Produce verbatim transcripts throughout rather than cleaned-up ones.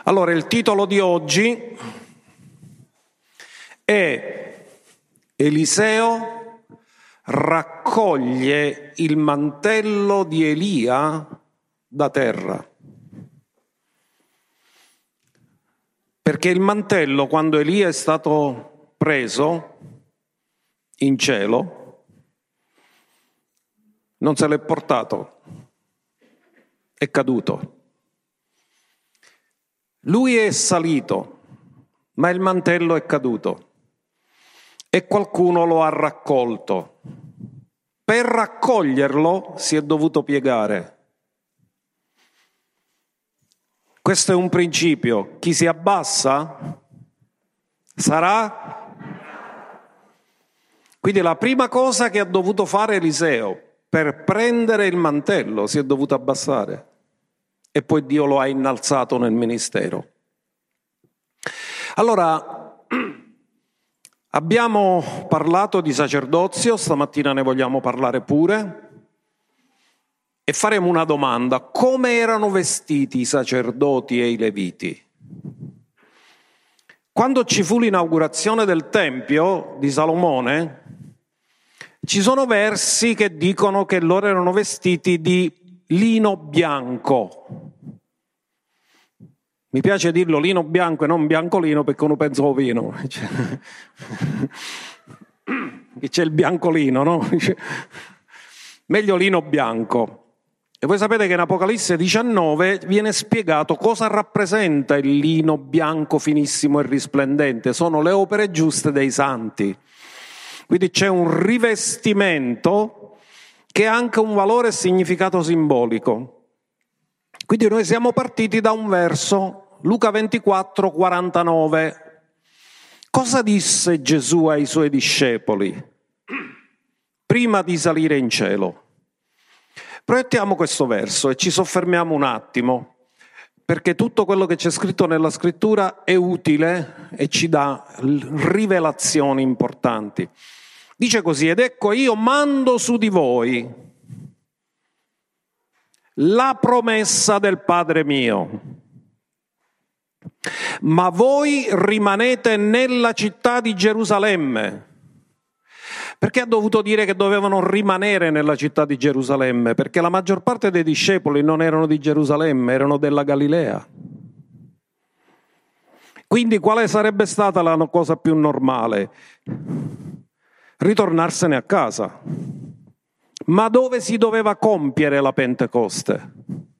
Allora, il titolo di oggi è Eliseo raccoglie il mantello di Elia da terra. Perché il mantello, quando Elia è stato preso in cielo, non se l'è portato, è caduto. Lui è salito, ma il mantello è caduto e qualcuno lo ha raccolto. Per raccoglierlo si è dovuto piegare. Questo è un principio. Chi si abbassa sarà. Quindi la prima cosa che ha dovuto fare Eliseo per prendere il mantello si è dovuto abbassare. E poi Dio lo ha innalzato nel ministero. Allora, abbiamo parlato di sacerdozio, stamattina ne vogliamo parlare pure, e faremo una domanda: come erano vestiti i sacerdoti e i leviti? Quando ci fu l'inaugurazione del Tempio di Salomone, ci sono versi che dicono che loro erano vestiti di lino bianco. Mi piace dirlo lino bianco e non biancolino perché uno pensa al vino. C'è il biancolino, no? Meglio lino bianco. E voi sapete che in Apocalisse diciannove viene spiegato cosa rappresenta il lino bianco finissimo e risplendente. Sono le opere giuste dei santi. Quindi c'è un rivestimento che ha anche un valore e significato simbolico. Quindi noi siamo partiti da un verso, Luca ventiquattro, quarantanove. Cosa disse Gesù ai suoi discepoli prima di salire in cielo? Proiettiamo questo verso e ci soffermiamo un attimo, perché tutto quello che c'è scritto nella scrittura è utile e ci dà rivelazioni importanti. Dice così: ed ecco io mando su di voi la promessa del Padre mio, ma voi rimanete nella città di Gerusalemme. Perché ha dovuto dire che dovevano rimanere nella città di Gerusalemme? Perché la maggior parte dei discepoli non erano di Gerusalemme, erano della Galilea. Quindi quale sarebbe stata la cosa più normale? Ritornarsene a casa. Ma dove si doveva compiere la Pentecoste?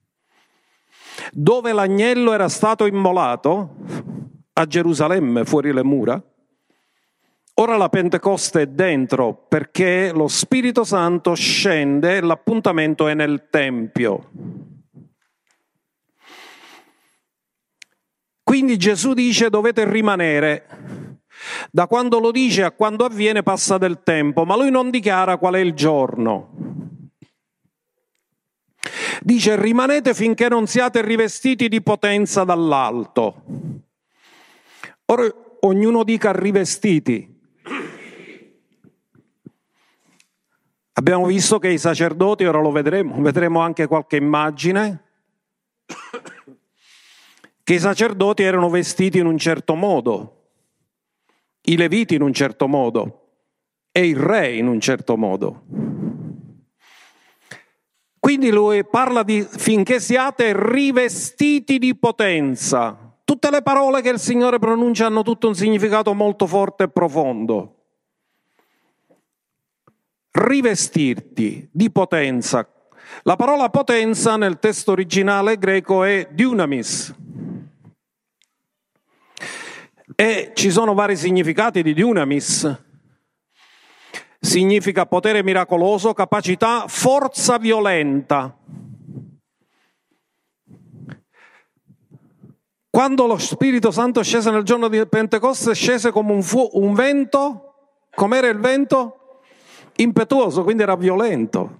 Dove l'agnello era stato immolato? A Gerusalemme, fuori le mura. Ora la Pentecoste è dentro, perché lo Spirito Santo scende e l'appuntamento è nel Tempio. Quindi Gesù dice: dovete rimanere. Da quando lo dice a quando avviene passa del tempo, ma lui non dichiara qual è il giorno. Dice: rimanete finché non siate rivestiti di potenza dall'alto. Ora ognuno dica rivestiti. Abbiamo visto che i sacerdoti, ora lo vedremo, vedremo anche qualche immagine, che i sacerdoti erano vestiti in un certo modo, i leviti in un certo modo e il re in un certo modo. Quindi lui parla di finché siate rivestiti di potenza. Tutte le parole che il Signore pronuncia hanno tutto un significato molto forte e profondo. Rivestirti di potenza. La parola potenza nel testo originale greco è dunamis. E ci sono vari significati di dunamis. Significa potere miracoloso, capacità, forza violenta. Quando lo Spirito Santo scese nel giorno di Pentecoste, scese come un, fu- un vento. Com'era il vento? Impetuoso, quindi era violento.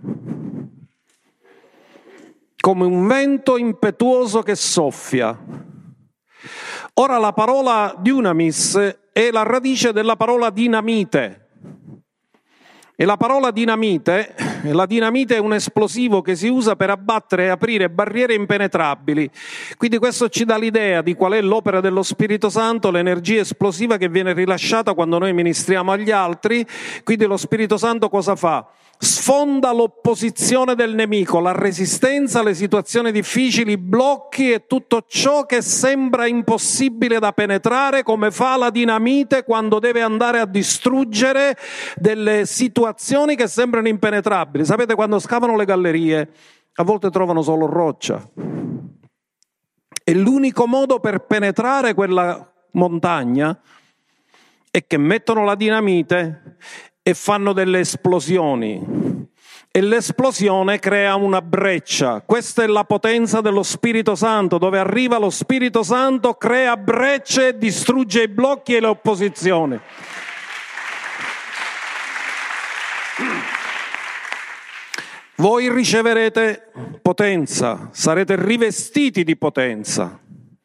Come un vento impetuoso che soffia. Ora la parola dunamis è la radice della parola dinamite. E la parola dinamite La dinamite è un esplosivo che si usa per abbattere e aprire barriere impenetrabili. Quindi questo ci dà l'idea di qual è l'opera dello Spirito Santo, l'energia esplosiva che viene rilasciata quando noi ministriamo agli altri. Quindi lo Spirito Santo cosa fa? Sfonda l'opposizione del nemico, la resistenza, le situazioni difficili, i blocchi e tutto ciò che sembra impossibile da penetrare, come fa la dinamite quando deve andare a distruggere delle situazioni che sembrano impenetrabili. Sapete, quando scavano le gallerie, a volte trovano solo roccia. E l'unico modo per penetrare quella montagna è che mettono la dinamite e fanno delle esplosioni, e l'esplosione crea una breccia. Questa è la potenza dello Spirito Santo. Dove arriva lo Spirito Santo crea brecce e distrugge i blocchi e le opposizioni. Voi riceverete potenza, sarete rivestiti di potenza.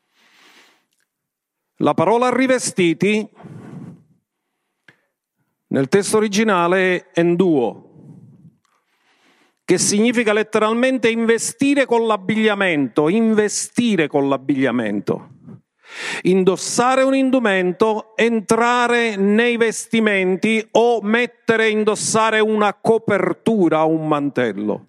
La parola rivestiti nel testo originale è enduo, che significa letteralmente investire con l'abbigliamento, investire con l'abbigliamento. Indossare un indumento, entrare nei vestimenti o mettere, indossare una copertura, un mantello.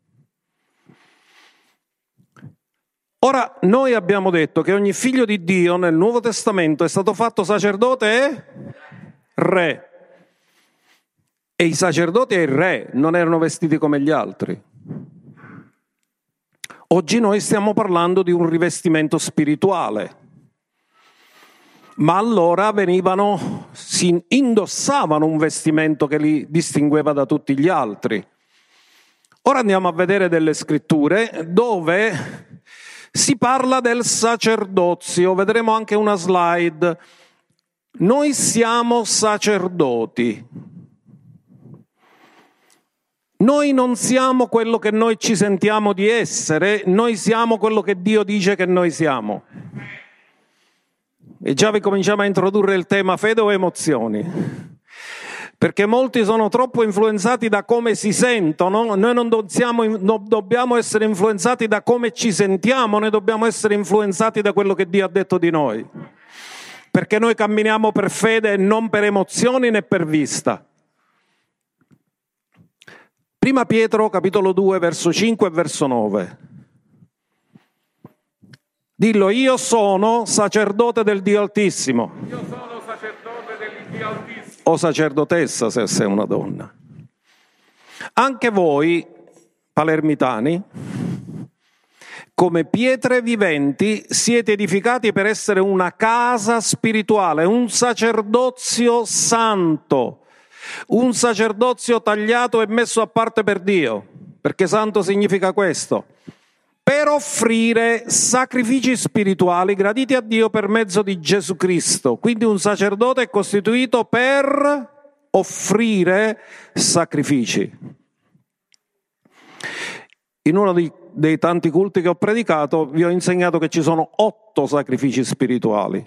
Ora, noi abbiamo detto che ogni figlio di Dio nel Nuovo Testamento è stato fatto sacerdote e re. E i sacerdoti e il re non erano vestiti come gli altri. Oggi noi stiamo parlando di un rivestimento spirituale. Ma allora venivano, si indossavano un vestimento che li distingueva da tutti gli altri. Ora andiamo a vedere delle scritture dove si parla del sacerdozio. Vedremo anche una slide. Noi siamo sacerdoti. Noi non siamo quello che noi ci sentiamo di essere, noi siamo quello che Dio dice che noi siamo. E già vi cominciamo a introdurre il tema fede o emozioni, perché molti sono troppo influenzati da come si sentono. Noi non dobbiamo, non dobbiamo essere influenzati da come ci sentiamo, noi dobbiamo essere influenzati da quello che Dio ha detto di noi, perché noi camminiamo per fede e non per emozioni né per vista. Prima Pietro, capitolo due, verso cinque e verso nove. Dillo: io sono sacerdote del Dio Altissimo. Io sono sacerdote del Dio Altissimo. O sacerdotessa, se sei una donna. Anche voi, palermitani, come pietre viventi, siete edificati per essere una casa spirituale, un sacerdozio santo. Un sacerdozio tagliato e messo a parte per Dio, perché santo significa questo, per offrire sacrifici spirituali graditi a Dio per mezzo di Gesù Cristo. Quindi un sacerdote è costituito per offrire sacrifici. In uno dei, dei tanti culti che ho predicato vi ho insegnato che ci sono otto sacrifici spirituali.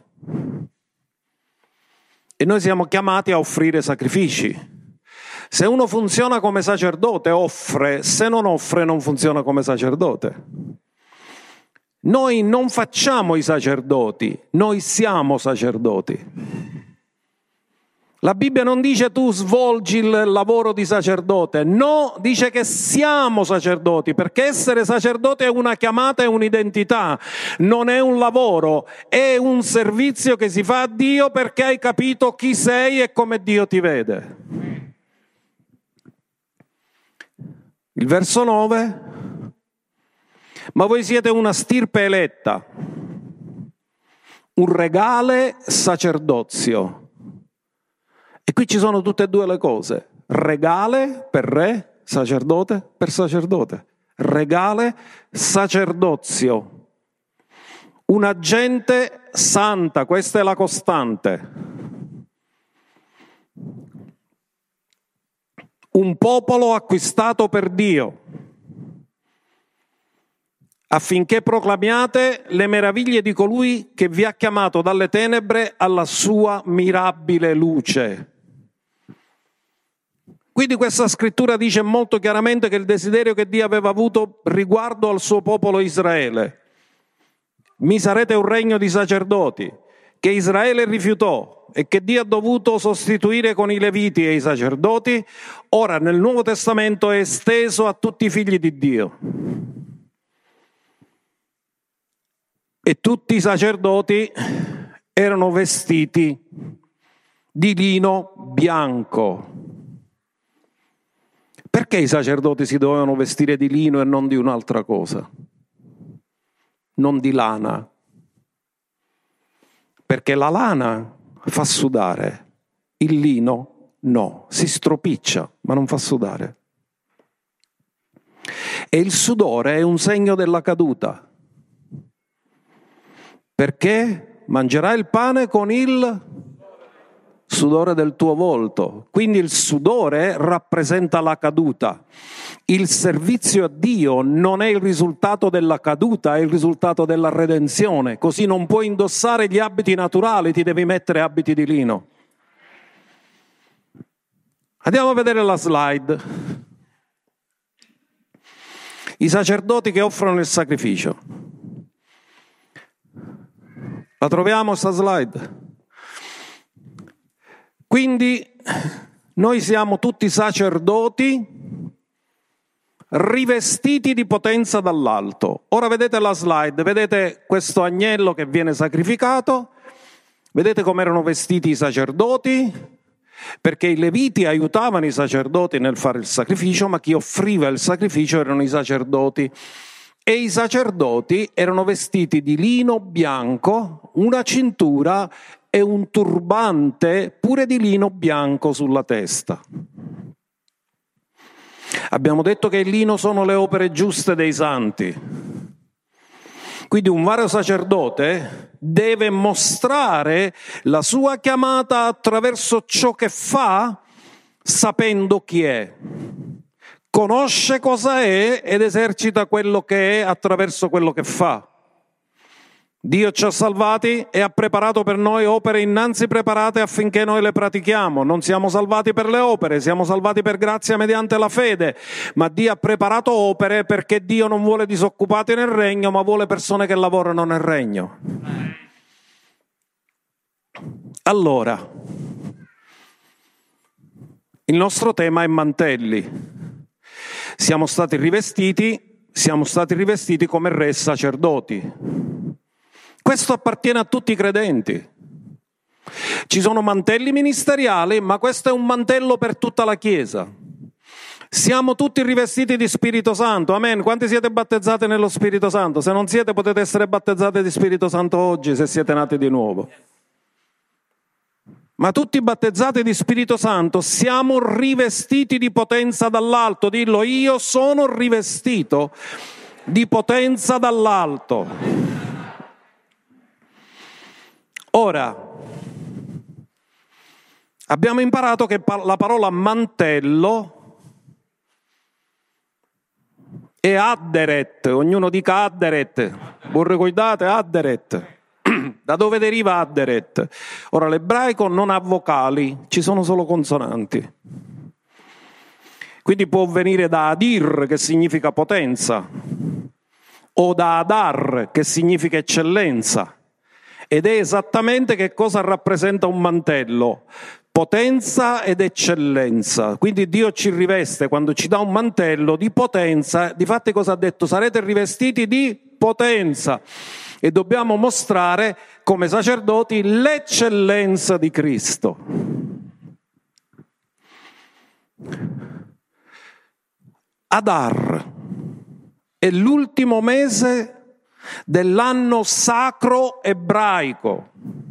E noi siamo chiamati a offrire sacrifici. Se uno funziona come sacerdote, offre; se non offre, non funziona come sacerdote. Noi non facciamo i sacerdoti, noi siamo sacerdoti. La Bibbia non dice tu svolgi il lavoro di sacerdote, no, dice che siamo sacerdoti, perché essere sacerdote è una chiamata, è un'identità, non è un lavoro, è un servizio che si fa a Dio perché hai capito chi sei e come Dio ti vede. Il verso nove: ma voi siete una stirpe eletta, un regale sacerdozio. E qui ci sono tutte e due le cose: regale per re, sacerdote per sacerdote. Regale, sacerdozio. Una gente santa, questa è la costante. Un popolo acquistato per Dio, affinché proclamiate le meraviglie di colui che vi ha chiamato dalle tenebre alla sua mirabile luce. Quindi questa scrittura dice molto chiaramente che il desiderio che Dio aveva avuto riguardo al suo popolo Israele: mi sarete un regno di sacerdoti, che Israele rifiutò e che Dio ha dovuto sostituire con i Leviti e i sacerdoti, ora nel Nuovo Testamento è esteso a tutti i figli di Dio. E tutti i sacerdoti erano vestiti di lino bianco. Perché i sacerdoti si dovevano vestire di lino e non di un'altra cosa? Non di lana. Perché la lana fa sudare, il lino no, si stropiccia, ma non fa sudare. E il sudore è un segno della caduta. Perché mangerai il pane con il sudore del tuo volto. Quindi il sudore rappresenta la caduta. Il servizio a Dio non è il risultato della caduta, è il risultato della redenzione. Così non puoi indossare gli abiti naturali, ti devi mettere abiti di lino. Andiamo a vedere la slide. I sacerdoti che offrono il sacrificio. La troviamo sta slide? Quindi noi siamo tutti sacerdoti rivestiti di potenza dall'alto. Ora vedete la slide, vedete questo agnello che viene sacrificato, vedete come erano vestiti i sacerdoti, perché i Leviti aiutavano i sacerdoti nel fare il sacrificio, ma chi offriva il sacrificio erano i sacerdoti. E i sacerdoti erano vestiti di lino bianco, una cintura e un turbante pure di lino bianco sulla testa. Abbiamo detto che il lino sono le opere giuste dei santi. Quindi un vero sacerdote deve mostrare la sua chiamata attraverso ciò che fa, sapendo chi è. Conosce cosa è ed esercita quello che è attraverso quello che fa. Dio ci ha salvati e ha preparato per noi opere innanzi preparate affinché noi le pratichiamo. Non siamo salvati per le opere, siamo salvati per grazia mediante la fede. Ma Dio ha preparato opere perché Dio non vuole disoccupati nel regno, ma vuole persone che lavorano nel regno. Allora, il nostro tema è mantelli. Siamo stati rivestiti, siamo stati rivestiti come re e sacerdoti. Questo appartiene a tutti i credenti. Ci sono mantelli ministeriali, ma questo è un mantello per tutta la Chiesa. Siamo tutti rivestiti di Spirito Santo, amen. Quanti siete battezzati nello Spirito Santo? Se non siete, potete essere battezzati di Spirito Santo oggi, se siete nati di nuovo. Ma tutti battezzati di Spirito Santo siamo rivestiti di potenza dall'alto. Dillo, io sono rivestito di potenza dall'alto. Ora, abbiamo imparato che la parola mantello è adderet, ognuno dica adderet, voi ricordate adderet? Da dove deriva adderet? Ora l'ebraico non ha vocali, ci sono solo consonanti. Quindi può venire da adir, che significa potenza, o da adar, che significa eccellenza. Ed è esattamente che cosa rappresenta un mantello: potenza ed eccellenza. Quindi Dio ci riveste, quando ci dà un mantello, di potenza. Difatti cosa ha detto? Sarete rivestiti di potenza. E dobbiamo mostrare come sacerdoti l'eccellenza di Cristo. Adar è l'ultimo mese dell'anno sacro ebraico.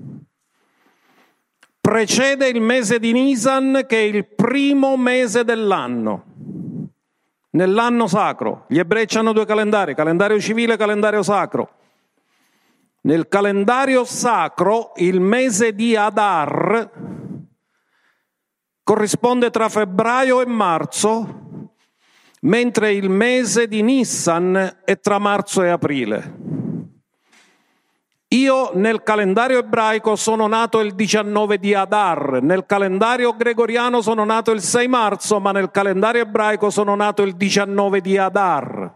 Precede il mese di Nisan, che è il primo mese dell'anno. Nell'anno sacro, gli ebrei hanno due calendari, calendario civile e calendario sacro. Nel calendario sacro il mese di Adar corrisponde tra febbraio e marzo, mentre il mese di Nissan è tra marzo e aprile. Io nel calendario ebraico sono nato il diciannove di Adar, nel calendario gregoriano sono nato il sei marzo, ma nel calendario ebraico sono nato il diciannove di Adar.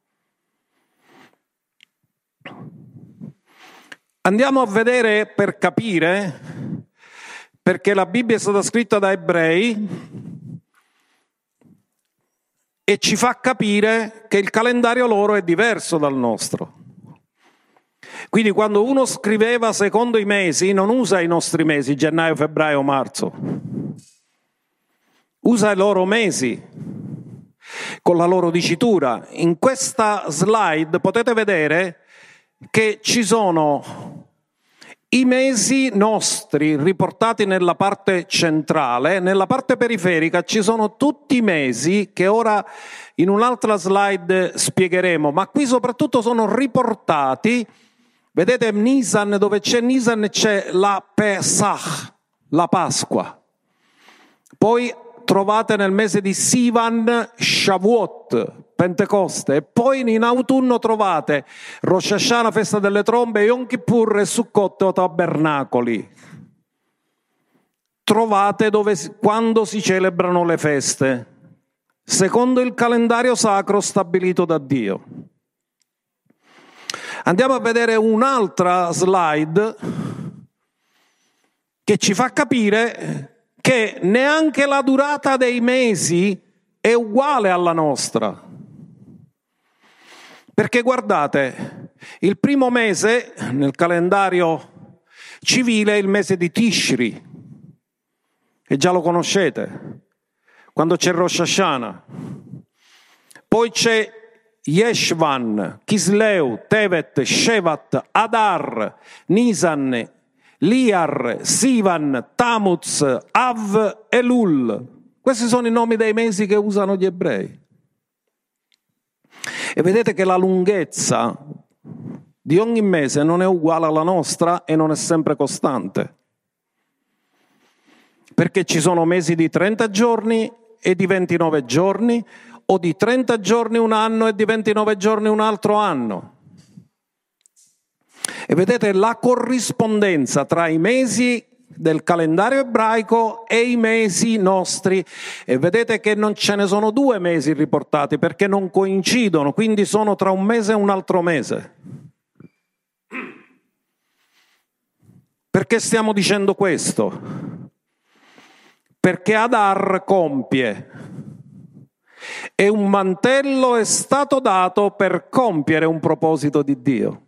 Andiamo a vedere per capire, perché la Bibbia è stata scritta da ebrei e ci fa capire che il calendario loro è diverso dal nostro. Quindi quando uno scriveva secondo i mesi, non usa i nostri mesi, gennaio, febbraio, marzo. Usa i loro mesi, con la loro dicitura. In questa slide potete vedere che ci sono i mesi nostri riportati nella parte centrale, nella parte periferica ci sono tutti i mesi che ora in un'altra slide spiegheremo, ma qui soprattutto sono riportati. Vedete Nisan, dove c'è Nisan c'è la Pesach, la Pasqua. Poi trovate nel mese di Sivan Shavuot, Pentecoste, e poi in autunno trovate Rosh Hashanah, festa delle trombe, Yom Kippur e Sukkot o tabernacoli. Trovate dove, quando si celebrano le feste, secondo il calendario sacro stabilito da Dio. Andiamo a vedere un'altra slide che ci fa capire che neanche la durata dei mesi è uguale alla nostra. Perché guardate, il primo mese nel calendario civile è il mese di Tishri, e già lo conoscete, quando c'è Rosh Hashanah. Poi c'è Yeshvan, Kisleu, Tevet, Shevat, Adar, Nisan, Liar, Sivan, Tamuz, Av, Elul. Questi sono i nomi dei mesi che usano gli ebrei. E vedete che la lunghezza di ogni mese non è uguale alla nostra e non è sempre costante. Perché ci sono mesi di trenta giorni e di ventinove giorni, o di trenta giorni un anno e di ventinove giorni un altro anno. E vedete la corrispondenza tra i mesi del calendario ebraico e i mesi nostri, e vedete che non ce ne sono due mesi riportati perché non coincidono, quindi sono tra un mese e un altro mese. Perché stiamo dicendo questo? Perché Adar compie, e un mantello è stato dato per compiere un proposito di Dio.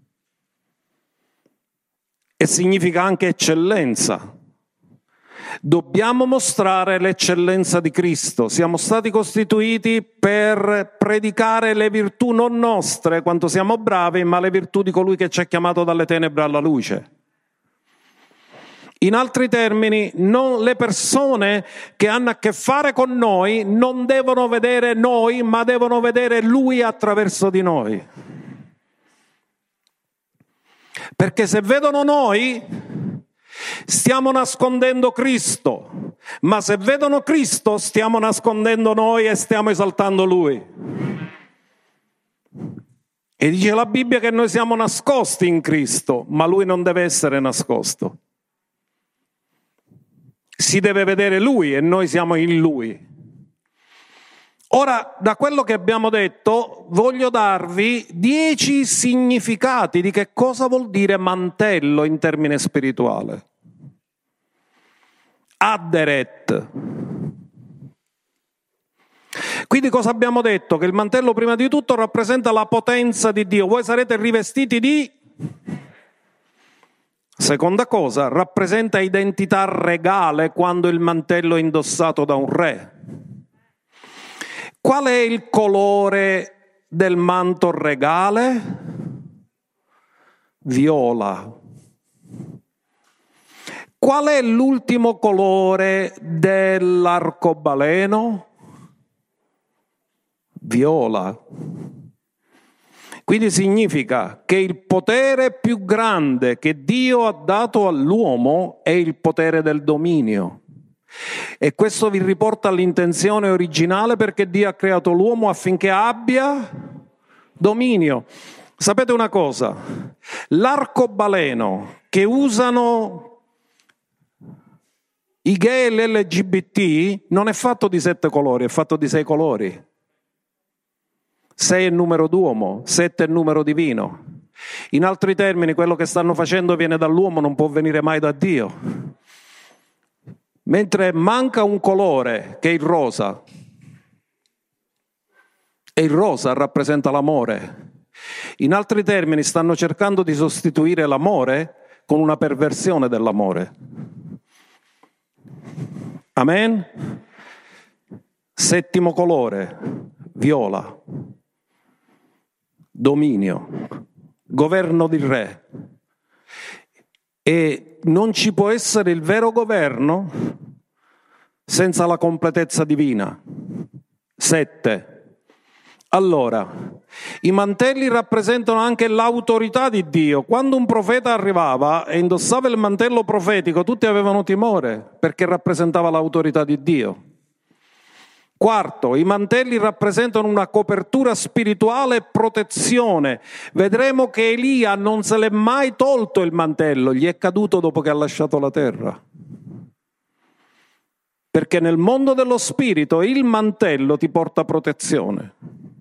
E significa anche eccellenza. Dobbiamo mostrare l'eccellenza di Cristo. Siamo stati costituiti per predicare le virtù non nostre, quanto siamo bravi, ma le virtù di colui che ci ha chiamato dalle tenebre alla luce. In altri termini, non, le persone che hanno a che fare con noi non devono vedere noi, ma devono vedere Lui attraverso di noi. Perché se vedono noi, stiamo nascondendo Cristo, ma se vedono Cristo, stiamo nascondendo noi e stiamo esaltando Lui. E dice la Bibbia che noi siamo nascosti in Cristo, ma Lui non deve essere nascosto. Si deve vedere Lui e noi siamo in Lui. Ora, da quello che abbiamo detto, voglio darvi dieci significati di che cosa vuol dire mantello in termine spirituale. Aderet. Quindi cosa abbiamo detto? Che il mantello prima di tutto rappresenta la potenza di Dio. Voi sarete rivestiti di... Seconda cosa, rappresenta identità regale quando il mantello è indossato da un re. Qual è il colore del manto regale? Viola. Qual è l'ultimo colore dell'arcobaleno? Viola. Quindi significa che il potere più grande che Dio ha dato all'uomo è il potere del dominio. E questo vi riporta all'intenzione originale, perché Dio ha creato l'uomo affinché abbia dominio. Sapete una cosa? L'arcobaleno che usano i gay e l'L G B T non è fatto di sette colori, è fatto di sei colori. Sei è il numero d'uomo, sette è il numero divino. In altri termini, quello che stanno facendo viene dall'uomo, non può venire mai da Dio. Mentre manca un colore, che è il rosa, e il rosa rappresenta l'amore. In altri termini, stanno cercando di sostituire l'amore con una perversione dell'amore. Amen? Settimo colore, viola, dominio, governo di re. E non ci può essere il vero governo senza la completezza divina. Sette. Allora, i mantelli rappresentano anche l'autorità di Dio. Quando un profeta arrivava e indossava il mantello profetico, tutti avevano timore perché rappresentava l'autorità di Dio. Quarto, i mantelli rappresentano una copertura spirituale e protezione. Vedremo che Elia non se l'è mai tolto il mantello, gli è caduto dopo che ha lasciato la terra. Perché nel mondo dello spirito il mantello ti porta protezione.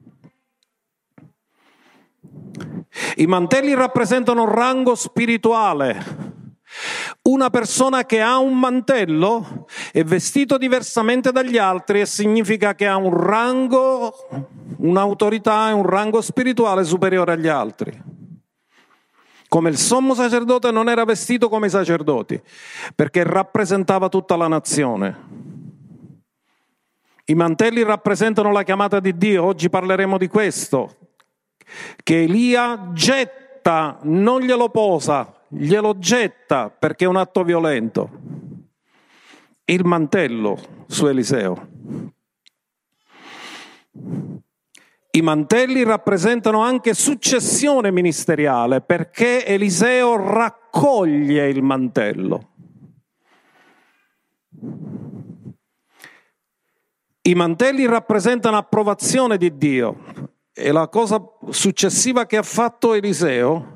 I mantelli rappresentano un rango spirituale. Una persona che ha un mantello è vestito diversamente dagli altri e significa che ha un rango, un'autorità e un rango spirituale superiore agli altri. Come il sommo sacerdote non era vestito come i sacerdoti, perché rappresentava tutta la nazione. I mantelli rappresentano la chiamata di Dio, oggi parleremo di questo, che Elia getta, non glielo posa, glielo getta perché è un atto violento. Il mantello su Eliseo. I mantelli rappresentano anche successione ministeriale perché Eliseo raccoglie il mantello. I mantelli rappresentano approvazione di Dio. E la cosa successiva che ha fatto Eliseo,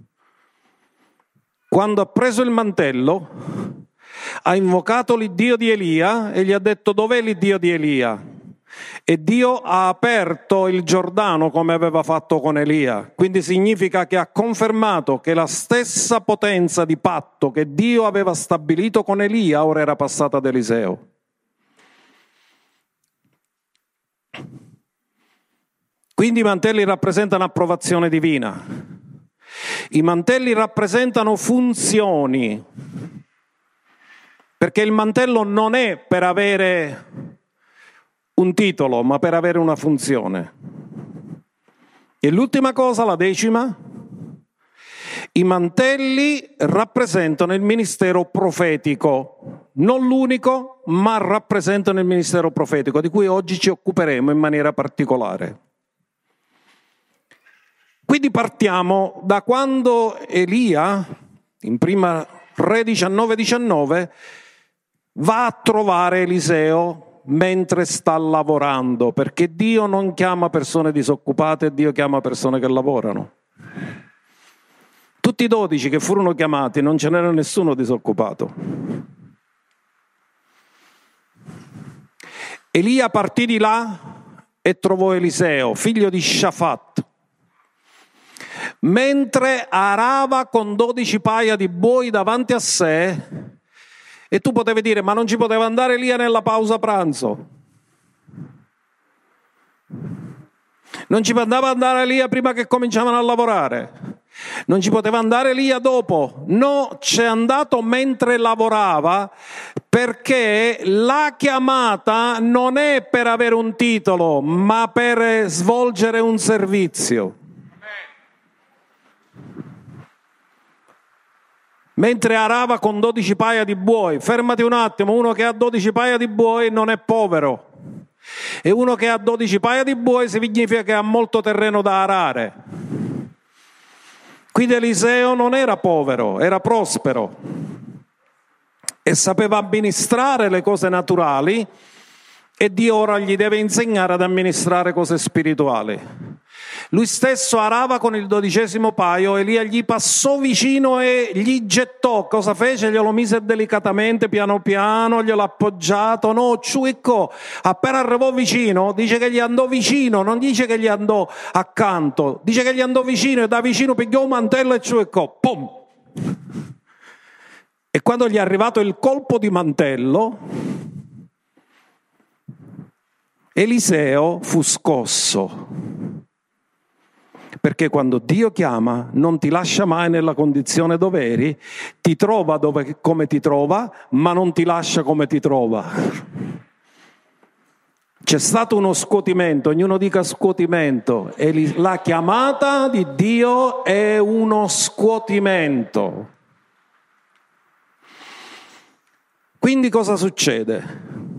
quando ha preso il mantello, ha invocato l'Iddio di Elia e gli ha detto: dov'è l'Iddio di Elia? E Dio ha aperto il Giordano come aveva fatto con Elia. Quindi significa che ha confermato che la stessa potenza di patto che Dio aveva stabilito con Elia ora era passata ad Eliseo. Quindi i mantelli rappresentano approvazione divina. I mantelli rappresentano funzioni, perché il mantello non è per avere un titolo, ma per avere una funzione. E l'ultima cosa, la decima, i mantelli rappresentano il ministero profetico, non l'unico, ma rappresentano il ministero profetico, di cui oggi ci occuperemo in maniera particolare. Quindi partiamo da quando Elia, in prima Re diciannove diciannove, va a trovare Eliseo mentre sta lavorando, perché Dio non chiama persone disoccupate, Dio chiama persone che lavorano. Tutti i dodici che furono chiamati non ce n'era nessuno disoccupato. Elia partì di là e trovò Eliseo, figlio di Shafat, mentre arava con dodici paia di buoi davanti a sé. E tu potevi dire: ma non ci poteva andare Elia nella pausa pranzo? Non ci poteva andare Elia prima che cominciavano a lavorare? Non ci poteva andare Elia dopo? No, c'è andato mentre lavorava, perché la chiamata non è per avere un titolo, ma per svolgere un servizio. Mentre arava con dodici paia di buoi. Fermati un attimo, uno che ha dodici paia di buoi non è povero, e uno che ha dodici paia di buoi significa che ha molto terreno da arare. Quindi Eliseo non era povero, era prospero e sapeva amministrare le cose naturali, e Dio ora gli deve insegnare ad amministrare cose spirituali. Lui stesso arava con il dodicesimo paio, Elia gli passò vicino e gli gettò. Cosa fece? Glielo mise delicatamente, piano piano, glielo appoggiato, no, ciuccò. Appena arrivò vicino, dice che gli andò vicino, non dice che gli andò accanto, dice che gli andò vicino e da vicino pigliò un mantello e ciuccò. Pum! E quando gli è arrivato il colpo di mantello, Eliseo fu scosso. Perché quando Dio chiama non ti lascia mai nella condizione dove eri, ti trova dove, come ti trova, ma non ti lascia come ti trova. C'è stato uno scuotimento, ognuno dica scuotimento, e la chiamata di Dio è uno scuotimento. Quindi cosa succede?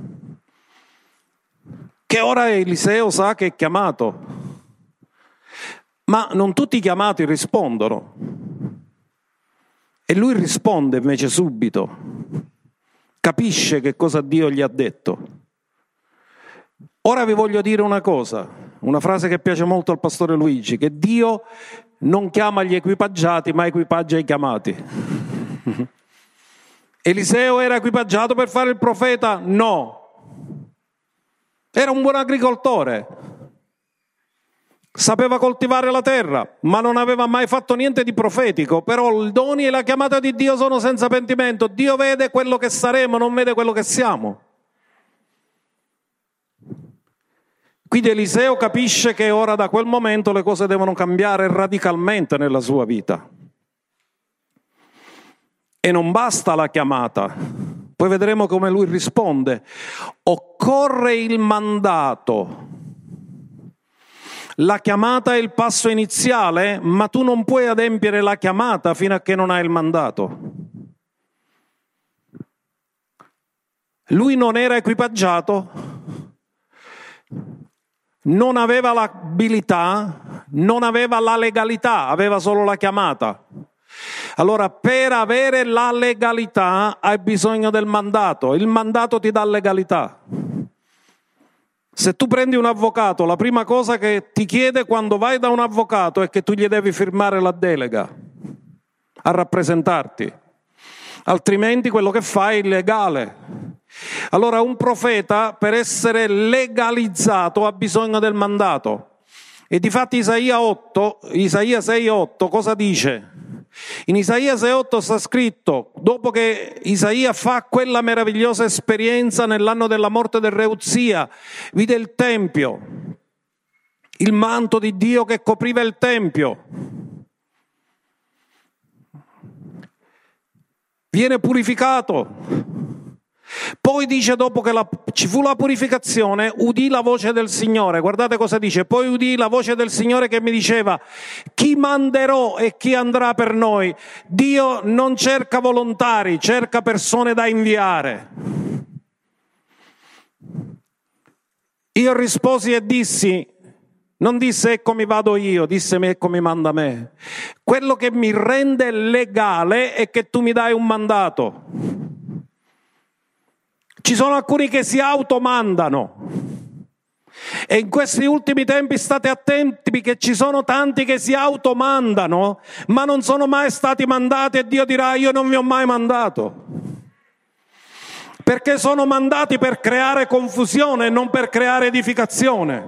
Che ora Eliseo sa che è chiamato. Ma non tutti i chiamati rispondono. E lui risponde invece subito. Capisce che cosa Dio gli ha detto. Ora vi voglio dire una cosa, una frase che piace molto al pastore Luigi, che Dio non chiama gli equipaggiati, ma equipaggia i chiamati. Eliseo era equipaggiato per fare il profeta? No. Era un buon agricoltore. Sapeva coltivare la terra, ma non aveva mai fatto niente di profetico. Però i doni e la chiamata di Dio sono senza pentimento. Dio vede quello che saremo, non vede quello che siamo. Quindi Eliseo capisce che ora da quel momento le cose devono cambiare radicalmente nella sua vita. E non basta la chiamata. Poi vedremo come lui risponde. Occorre il mandato. La chiamata è il passo iniziale, ma tu non puoi adempiere la chiamata fino a che non hai il mandato. Lui non era equipaggiato, non aveva l'abilità, non aveva la legalità, aveva solo la chiamata. Allora, per avere la legalità hai bisogno del mandato. Il mandato ti dà legalità. Se tu prendi un avvocato, la prima cosa che ti chiede quando vai da un avvocato è che tu gli devi firmare la delega a rappresentarti. Altrimenti quello che fai è illegale. Allora un profeta per essere legalizzato ha bisogno del mandato. E difatti Isaia otto, Isaia sei otto cosa dice? In Isaia sei otto sta scritto, dopo che Isaia fa quella meravigliosa esperienza nell'anno della morte del re Uzia, vide il Tempio, il manto di Dio che copriva il Tempio, viene purificato. Poi dice, dopo che la, ci fu la purificazione, udì la voce del Signore. Guardate cosa dice. Poi udì la voce del Signore che mi diceva: chi manderò e chi andrà per noi? Dio non cerca volontari, cerca persone da inviare. Io risposi e dissi, non disse eccomi vado io, disse eccomi manda me. Quello che mi rende legale è che tu mi dai un mandato. Ci sono alcuni che si automandano e in questi ultimi tempi state attenti perché ci sono tanti che si automandano ma non sono mai stati mandati e Dio dirà io non vi ho mai mandato, perché sono mandati per creare confusione e non per creare edificazione.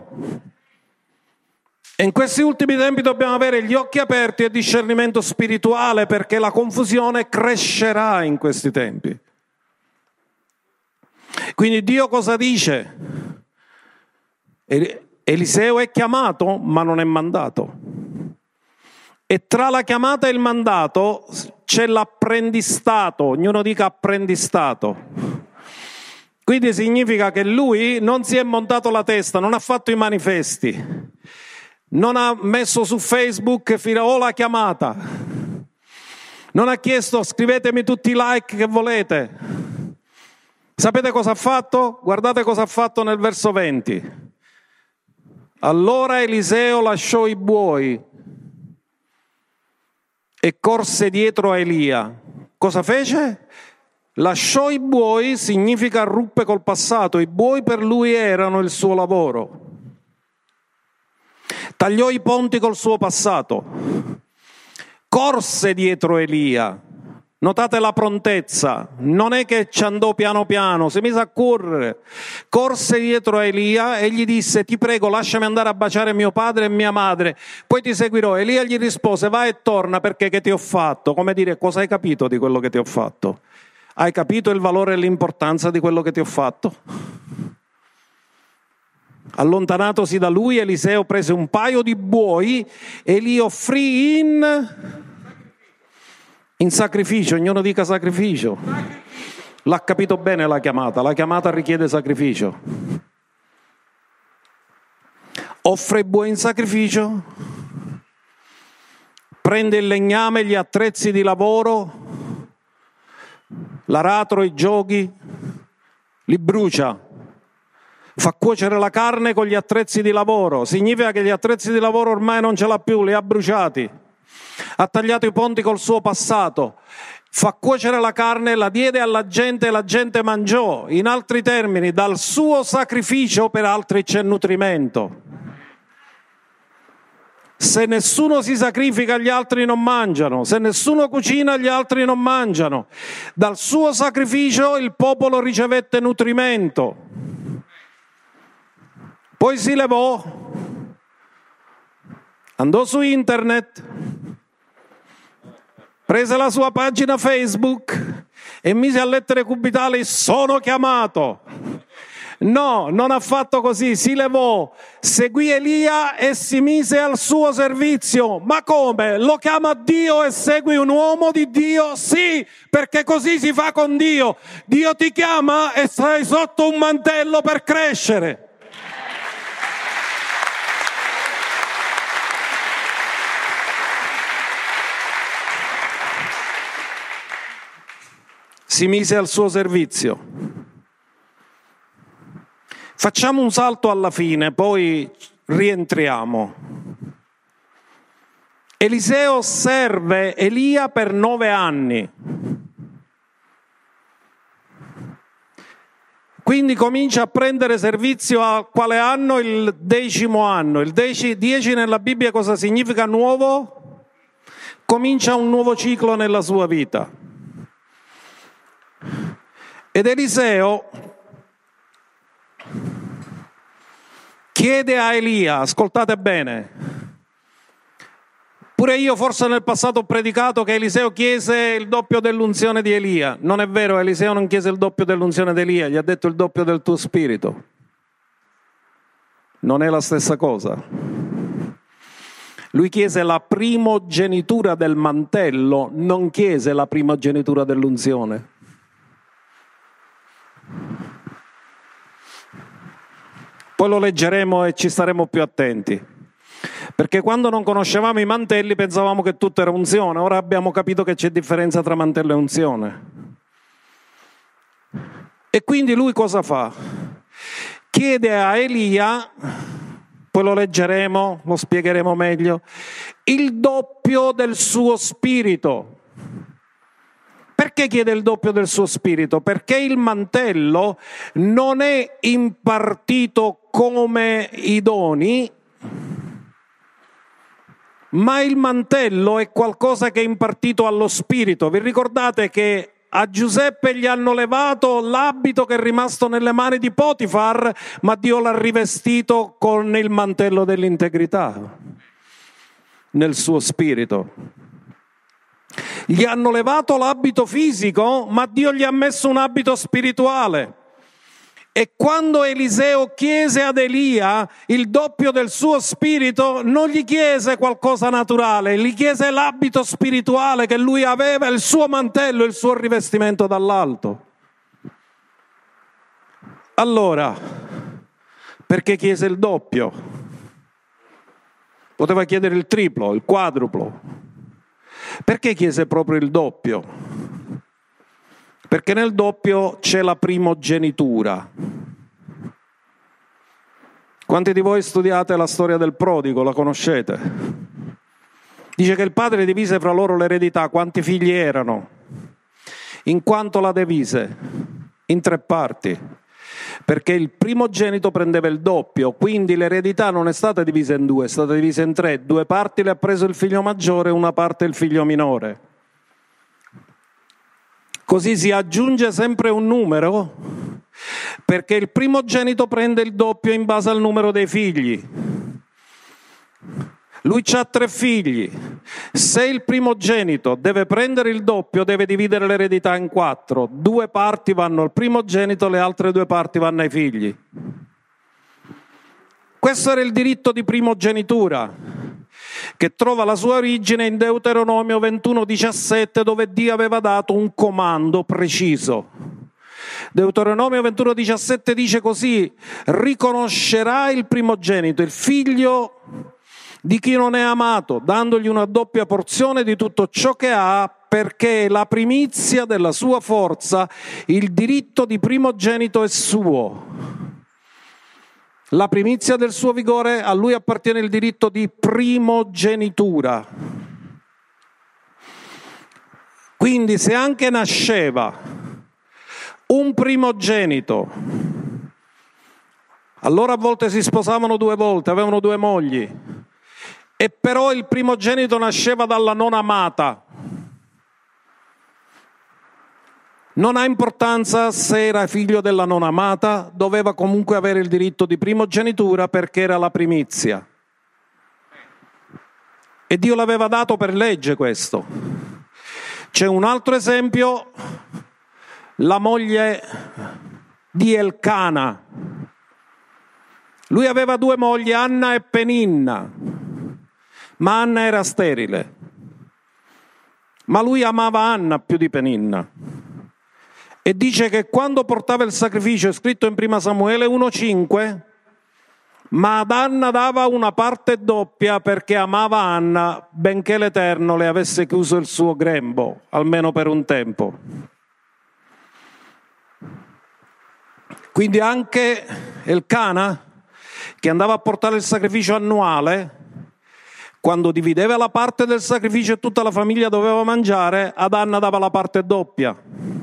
E in questi ultimi tempi dobbiamo avere gli occhi aperti e discernimento spirituale, perché la confusione crescerà in questi tempi. Quindi Dio cosa dice? Eliseo è chiamato ma non è mandato. E tra la chiamata e il mandato c'è l'apprendistato, ognuno dica apprendistato. Quindi significa che lui non si è montato la testa, non ha fatto i manifesti, non ha messo su Facebook fino a oh, la chiamata, non ha chiesto scrivetemi tutti i like che volete. Sapete cosa ha fatto? Guardate cosa ha fatto nel verso venti. Allora Eliseo lasciò i buoi e corse dietro a Elia. Cosa fece? Lasciò i buoi significa ruppe col passato. I buoi per lui erano il suo lavoro. tagliò i ponti col suo passato, corse dietro Elia. Notate la prontezza, non è che ci andò piano piano, si mise a correre, corse dietro a Elia e gli disse: ti prego, lasciami andare a baciare mio padre e mia madre, poi ti seguirò. Elia gli rispose: vai e torna, perché che ti ho fatto? Come dire, cosa hai capito di quello che ti ho fatto? Hai capito il valore e l'importanza di quello che ti ho fatto? Allontanatosi da lui, Eliseo prese un paio di buoi e li offrì in... in sacrificio. Ognuno dica sacrificio. L'ha capito bene la chiamata. La chiamata richiede sacrificio. Offre i buoi in sacrificio, prende il legname, gli attrezzi di lavoro, l'aratro, i giochi, li brucia. Fa cuocere la carne con gli attrezzi di lavoro. Significa che gli attrezzi di lavoro ormai non ce l'ha più, li ha bruciati. Ha tagliato i ponti col suo passato, fa cuocere la carne, la diede alla gente e la gente mangiò. In altri termini, dal suo sacrificio per altri c'è nutrimento. Se nessuno si sacrifica, gli altri non mangiano. Se nessuno cucina, gli altri non mangiano. Dal suo sacrificio il popolo ricevette nutrimento. Poi si levò, andò su internet, prese la sua pagina Facebook e mise a lettere cubitali: sono chiamato. No, non ha fatto così, si levò, seguì Elia e si mise al suo servizio. Ma come? Lo chiama Dio e segui un uomo di Dio? Sì, perché così si fa con Dio. Dio ti chiama e stai sotto un mantello per crescere. Si mise al suo servizio. Facciamo un salto alla fine, poi rientriamo. Eliseo serve Elia per nove anni. Quindi comincia a prendere servizio a quale anno? Il decimo anno. Il dieci, dieci nella Bibbia cosa significa? Nuovo? Comincia un nuovo ciclo nella sua vita. Ed Eliseo chiede a Elia, ascoltate bene, pure io forse nel passato ho predicato che Eliseo chiese il doppio dell'unzione di Elia. Non è vero, Eliseo non chiese il doppio dell'unzione di Elia, gli ha detto il doppio del tuo spirito. Non è la stessa cosa. Lui chiese la primogenitura del mantello, non chiese la primogenitura dell'unzione. Poi lo leggeremo e ci staremo più attenti, perché quando non conoscevamo i mantelli pensavamo che tutto era unzione. Ora abbiamo capito che c'è differenza tra mantello e unzione. E quindi lui cosa fa? Chiede a Elia, poi lo leggeremo, lo spiegheremo meglio, il doppio del suo spirito. Perché chiede il doppio del suo spirito? Perché il mantello non è impartito come i doni, ma il mantello è qualcosa che è impartito allo spirito. Vi ricordate che a Giuseppe gli hanno levato l'abito che è rimasto nelle mani di Potifar, ma Dio l'ha rivestito con il mantello dell'integrità nel suo spirito. Gli hanno levato l'abito fisico, ma Dio gli ha messo un abito spirituale. E quando Eliseo chiese ad Elia il doppio del suo spirito, non gli chiese qualcosa naturale, gli chiese l'abito spirituale che lui aveva, il suo mantello, il suo rivestimento dall'alto. Allora, perché chiese il doppio? Poteva chiedere il triplo, il quadruplo. Perché chiese proprio il doppio? Perché nel doppio c'è la primogenitura. Quanti di voi studiate la storia del prodigo? La conoscete? Dice che il padre divise fra loro l'eredità. Quanti figli erano? In quanto la divise? In tre parti. perché il primogenito prendeva il doppio, quindi l'eredità non è stata divisa in due, è stata divisa in tre. Due parti le ha preso il figlio maggiore, una parte il figlio minore. Così si aggiunge sempre un numero, perché il primogenito prende il doppio in base al numero dei figli. Lui ha tre figli. Se il primogenito deve prendere il doppio, deve dividere l'eredità in quattro. Due parti vanno al primogenito, le altre due parti vanno ai figli. Questo era il diritto di primogenitura, che trova la sua origine in Deuteronomio ventuno diciassette, dove Dio aveva dato un comando preciso. Deuteronomio ventuno diciassette dice così: riconoscerai il primogenito, il figlio di chi non è amato, dandogli una doppia porzione di tutto ciò che ha, perché la primizia della sua forza, il diritto di primogenito è suo. La primizia del suo vigore, a lui appartiene il diritto di primogenitura. Quindi se anche nasceva un primogenito, allora a volte si sposavano due volte, avevano due mogli, e però il primogenito nasceva dalla non amata. Non ha importanza se era figlio della non amata, doveva comunque avere il diritto di primogenitura perché era la primizia. E Dio l'aveva dato per legge questo. C'è un altro esempio, la moglie di Elcana. Lui aveva due mogli, Anna e Peninna, ma Anna era sterile. Ma lui amava Anna più di Peninna. E dice che quando portava il sacrificio, è scritto in primo Samuele uno cinque, ma ad Anna dava una parte doppia perché amava Anna, benché l'Eterno le avesse chiuso il suo grembo, almeno per un tempo. Quindi anche Elcana, che andava a portare il sacrificio annuale, quando divideva la parte del sacrificio e tutta la famiglia doveva mangiare, ad Anna dava la parte doppia,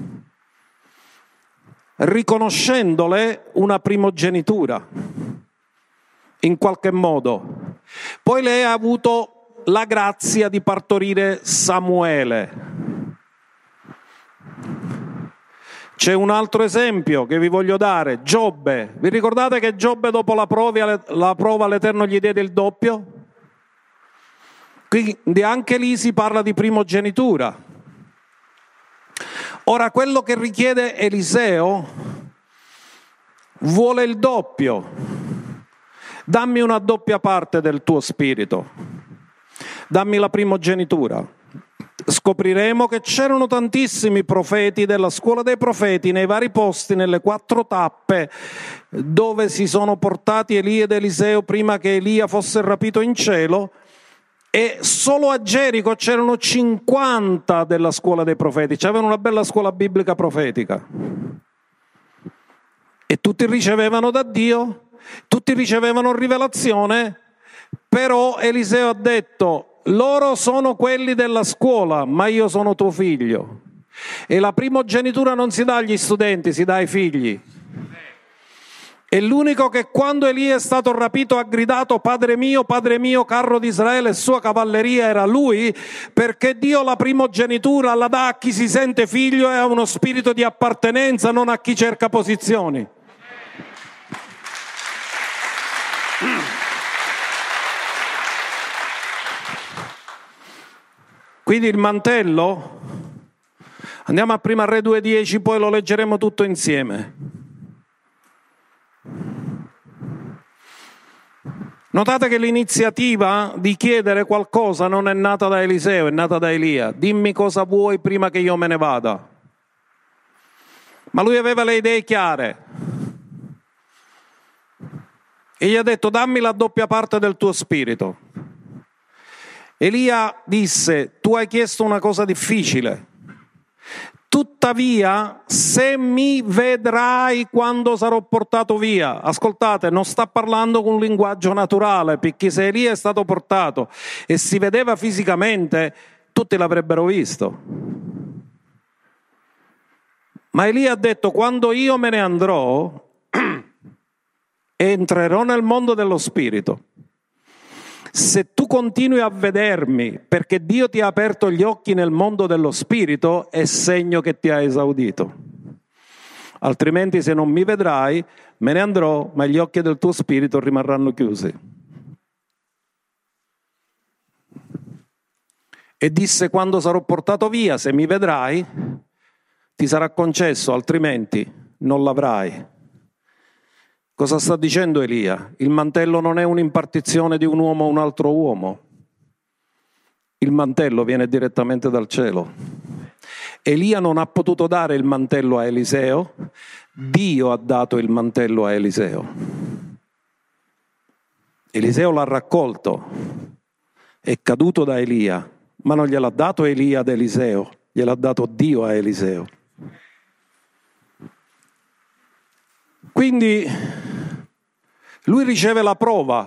riconoscendole una primogenitura, in qualche modo. Poi lei ha avuto la grazia di partorire Samuele. C'è un altro esempio che vi voglio dare, Giobbe. Vi ricordate che Giobbe dopo la prova, la prova l'Eterno gli diede il doppio? Quindi anche lì si parla di primogenitura. Ora, quello che richiede Eliseo vuole il doppio. Dammi una doppia parte del tuo spirito. Dammi la primogenitura. Scopriremo che c'erano tantissimi profeti della scuola dei profeti nei vari posti, nelle quattro tappe dove si sono portati Elia ed Eliseo prima che Elia fosse rapito in cielo. E solo a Gerico c'erano cinquanta della scuola dei profeti, c'avevano una bella scuola biblica profetica. E tutti ricevevano da Dio, tutti ricevevano rivelazione, però Eliseo ha detto: loro sono quelli della scuola, ma io sono tuo figlio. E la primogenitura non si dà agli studenti, si dà ai figli. E l'unico che quando Elia è stato rapito ha gridato: Padre mio, Padre mio, carro di Israele e sua cavalleria, era lui, perché Dio la primogenitura la dà a chi si sente figlio e ha uno spirito di appartenenza, non a chi cerca posizioni. Quindi il mantello, andiamo a prima Re due dieci, poi lo leggeremo tutto insieme. Notate che l'iniziativa di chiedere qualcosa non è nata da Eliseo, è nata da Elia. Dimmi cosa vuoi prima che io me ne vada. Ma lui aveva le idee chiare. E gli ha detto: dammi la doppia parte del tuo spirito. Elia disse: tu hai chiesto una cosa difficile. Tuttavia, se mi vedrai quando sarò portato via. Ascoltate, non sta parlando con un linguaggio naturale, perché se Elia è stato portato e si vedeva fisicamente, tutti l'avrebbero visto. Ma Elia ha detto: quando io me ne andrò, entrerò nel mondo dello spirito. Se tu continui a vedermi perché Dio ti ha aperto gli occhi nel mondo dello spirito, è segno che ti ha esaudito. Altrimenti, se non mi vedrai, me ne andrò, ma gli occhi del tuo spirito rimarranno chiusi. E disse: quando sarò portato via, se mi vedrai, ti sarà concesso, altrimenti non l'avrai. Cosa sta dicendo Elia? Il mantello non è un'impartizione di un uomo a un altro uomo. Il mantello viene direttamente dal cielo. Elia non ha potuto dare il mantello a Eliseo, Dio ha dato il mantello a Eliseo. Eliseo l'ha raccolto, è caduto da Elia, ma non gliel'ha dato Elia ad Eliseo, gliel'ha dato Dio a Eliseo. Quindi lui riceve la prova,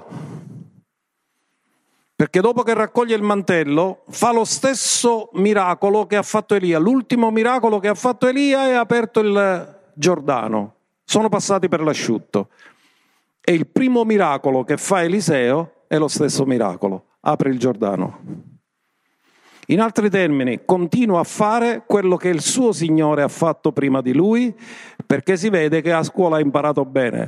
perché dopo che raccoglie il mantello fa lo stesso miracolo che ha fatto Elia. L'ultimo miracolo che ha fatto Elia è aperto il Giordano, sono passati per l'asciutto. E il primo miracolo che fa Eliseo è lo stesso miracolo, apre il Giordano. In altri termini, continua a fare quello che il suo Signore ha fatto prima di lui, perché si vede che a scuola ha imparato bene.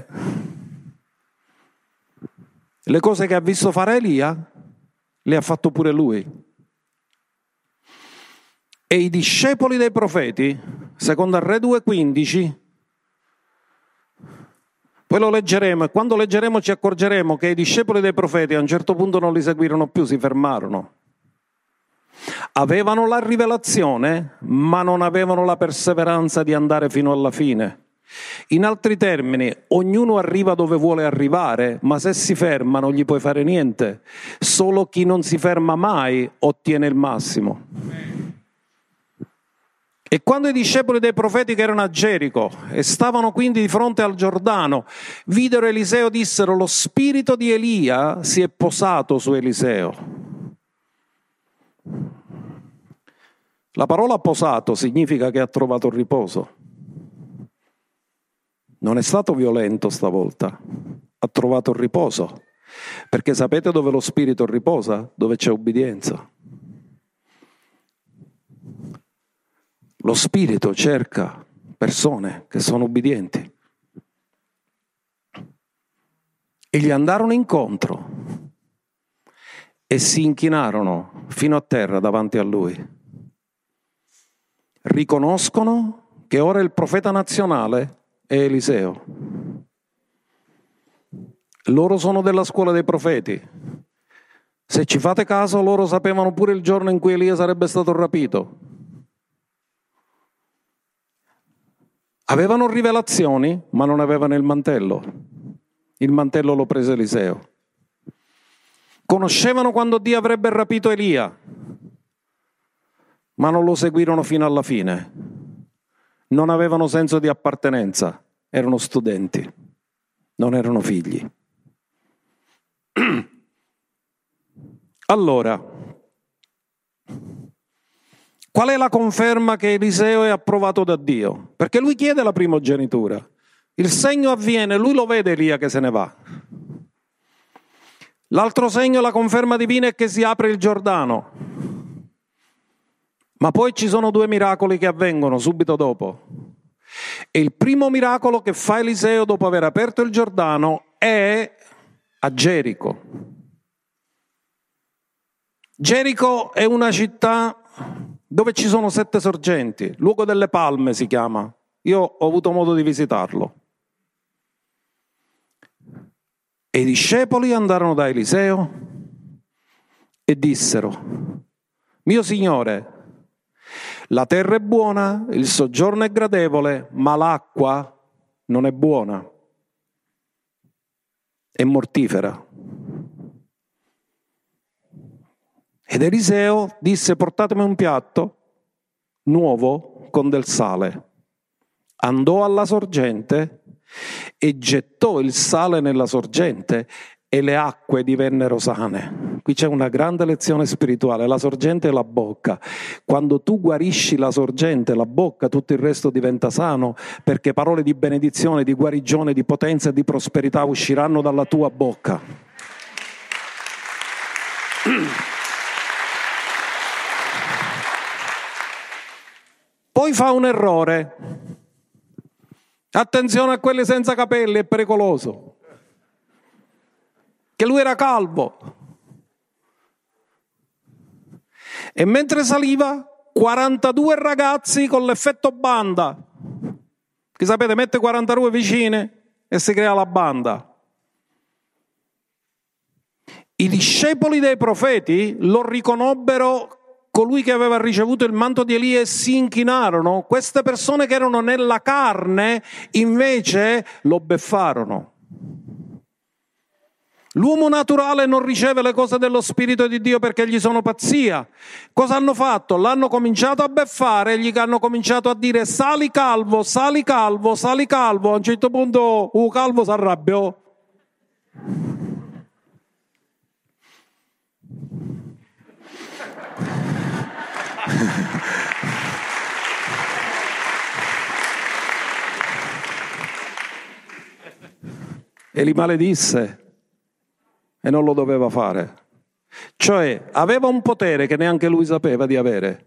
Le cose che ha visto fare Elia le ha fatto pure lui. E i discepoli dei profeti, secondo Re due quindici, poi lo leggeremo, e quando leggeremo ci accorgeremo che i discepoli dei profeti a un certo punto non li seguirono più, si fermarono. Avevano la rivelazione, ma non avevano la perseveranza di andare fino alla fine. In altri termini, ognuno arriva dove vuole arrivare, ma se si ferma non gli puoi fare niente. Solo chi non si ferma mai ottiene il massimo. E quando i discepoli dei profeti che erano a Gerico e stavano quindi di fronte al Giordano, videro Eliseo, dissero: lo spirito di Elia si è posato su Eliseo. La parola posato significa che ha trovato riposo. Non è stato violento stavolta, ha trovato riposo. Perché sapete dove lo spirito riposa? Dove c'è ubbidienza. Lo spirito cerca persone che sono ubbidienti. E gli andarono incontro e si inchinarono fino a terra davanti a lui. Riconoscono che ora il profeta nazionale è Eliseo. Loro sono della scuola dei profeti. Se ci fate caso, loro sapevano pure il giorno in cui Elia sarebbe stato rapito. Avevano rivelazioni, ma non avevano il mantello. Il mantello lo prese Eliseo. Conoscevano quando Dio avrebbe rapito Elia, ma non lo seguirono fino alla fine. Non avevano senso di appartenenza, erano studenti, non erano figli. Allora, qual è la conferma che Eliseo è approvato da Dio? Perché lui chiede la primogenitura. Il segno avviene, lui lo vede Elia che se ne va. L'altro segno, la conferma divina, è che si apre il Giordano. Ma poi ci sono due miracoli che avvengono subito dopo. E il primo miracolo che fa Eliseo dopo aver aperto il Giordano è a Gerico. Gerico è una città dove ci sono sette sorgenti, luogo delle palme si chiama. Io ho avuto modo di visitarlo. E i discepoli andarono da Eliseo e dissero: mio Signore, la terra è buona, il soggiorno è gradevole, ma l'acqua non è buona, è mortifera. Ed Eliseo disse: portatemi un piatto nuovo con del sale. Andò alla sorgente e gettò il sale nella sorgente e le acque divennero sane. Qui c'è una grande lezione spirituale, la sorgente è la bocca. Quando tu guarisci la sorgente, la bocca, tutto il resto diventa sano, perché parole di benedizione, di guarigione, di potenza e di prosperità usciranno dalla tua bocca. Poi fa un errore. Attenzione a quelli senza capelli, è pericoloso. Che lui era calvo. E mentre saliva, quarantadue ragazzi con l'effetto banda. Che sapete, mette quarantadue vicine e si crea la banda. I discepoli dei profeti lo riconobbero colui che aveva ricevuto il manto di Elia e si inchinarono. Queste persone che erano nella carne invece lo beffarono. L'uomo naturale non riceve le cose dello Spirito di Dio perché gli sono pazzia. Cosa hanno fatto? L'hanno cominciato a beffare e gli hanno cominciato a dire sali calvo, sali calvo, sali calvo. A un certo punto un calvo si arrabbiò. E li maledisse e non lo doveva fare. Cioè aveva un potere che neanche lui sapeva di avere,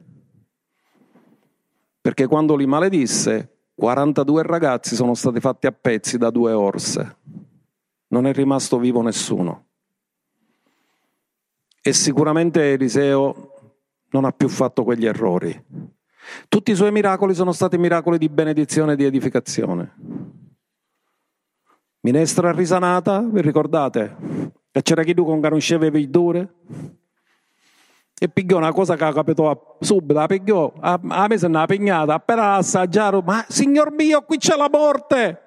perché quando li maledisse quarantadue ragazzi sono stati fatti a pezzi da due orse, non è rimasto vivo nessuno. E sicuramente Eliseo non ha più fatto quegli errori. Tutti i suoi miracoli sono stati miracoli di benedizione e di edificazione. Minestra risanata, vi ricordate? E c'era chi tu con conosceva i vigdure? E pigliò una cosa che ha capito subito, la pigliò, a, a me se ne ha pigliata, appena assaggiato, ma signor mio, qui c'è la morte!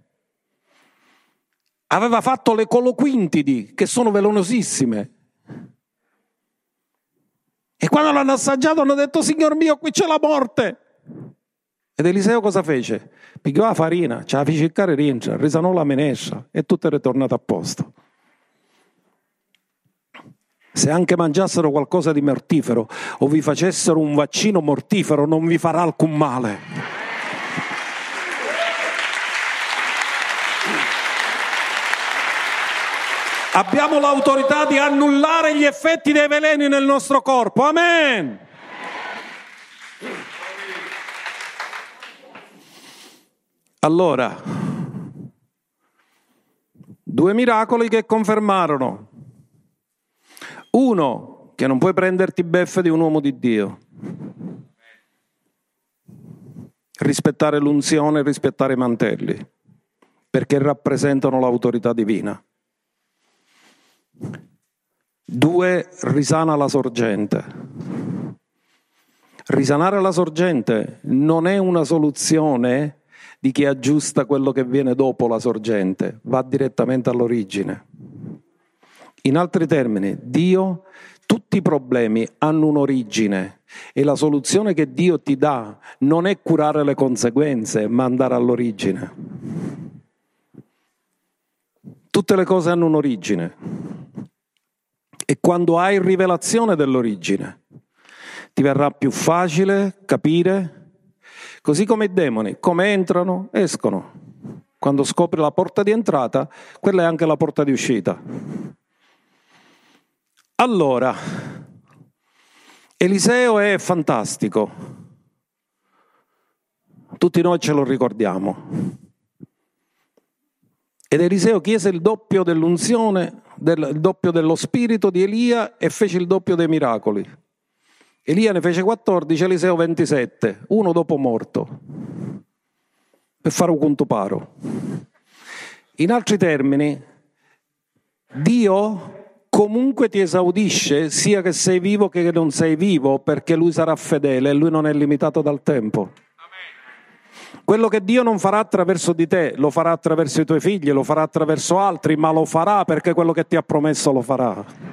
Aveva fatto le coloquintidi, che sono velenosissime. E quando l'hanno assaggiato hanno detto, signor mio, qui c'è la morte! Ed Eliseo cosa fece? Pigliò la farina, ce la fece ciccare rincia, risanò la minestra e tutto è ritornato a posto. Se anche mangiassero qualcosa di mortifero o vi facessero un vaccino mortifero non vi farà alcun male. Abbiamo l'autorità di annullare gli effetti dei veleni nel nostro corpo. Amen. Allora, due miracoli che confermarono. Uno, che non puoi prenderti beffe di un uomo di Dio. Rispettare l'unzione, rispettare i mantelli, perché rappresentano l'autorità divina. Due, risana la sorgente. Risanare la sorgente non è una soluzione di chi aggiusta quello che viene dopo la sorgente, va direttamente all'origine. In altri termini, Dio, tutti i problemi hanno un'origine e la soluzione che Dio ti dà non è curare le conseguenze, ma andare all'origine. Tutte le cose hanno un'origine e quando hai rivelazione dell'origine ti verrà più facile capire. Così come i demoni, come entrano, escono. Quando scopri la porta di entrata, quella è anche la porta di uscita. Allora, Eliseo è fantastico. Tutti noi ce lo ricordiamo. Ed Eliseo chiese il doppio dell'unzione, del, il doppio dello spirito di Elia e fece il doppio dei miracoli. Elia ne fece quattordici, Eliseo ventisette, uno dopo morto, per fare un conto paro. In altri termini, Dio comunque ti esaudisce, sia che sei vivo che che non sei vivo, perché Lui sarà fedele e Lui non è limitato dal tempo. Quello che Dio non farà attraverso di te, lo farà attraverso i tuoi figli, lo farà attraverso altri, ma lo farà perché quello che ti ha promesso lo farà.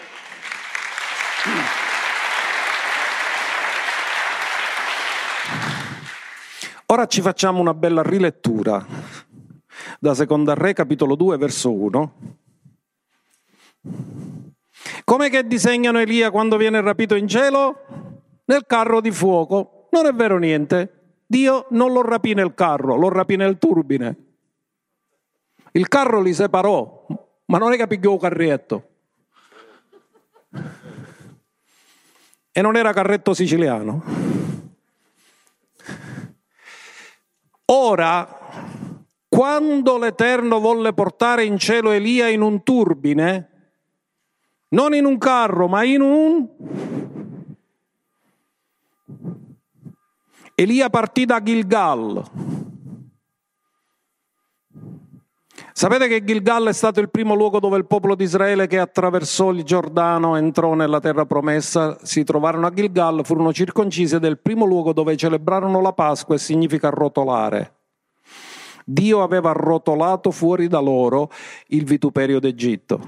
Ora ci facciamo una bella rilettura da Seconda Re, capitolo due, verso uno. Com'è che disegnano Elia quando viene rapito in cielo? Nel carro di fuoco. Non è vero niente. Dio non lo rapì nel carro, lo rapì nel turbine. Il carro li separò, ma non è che pigliò il carretto. E non era carretto siciliano. Ora, quando l'Eterno volle portare in cielo Elia in un turbine, non in un carro, ma in un... Elia partì da Gilgal. Sapete che Gilgal è stato il primo luogo dove il popolo di Israele, che attraversò il Giordano, entrò nella terra promessa, si trovarono a Gilgal, furono circoncisi ed è il primo luogo dove celebrarono la Pasqua, e significa rotolare. Dio aveva rotolato fuori da loro il vituperio d'Egitto,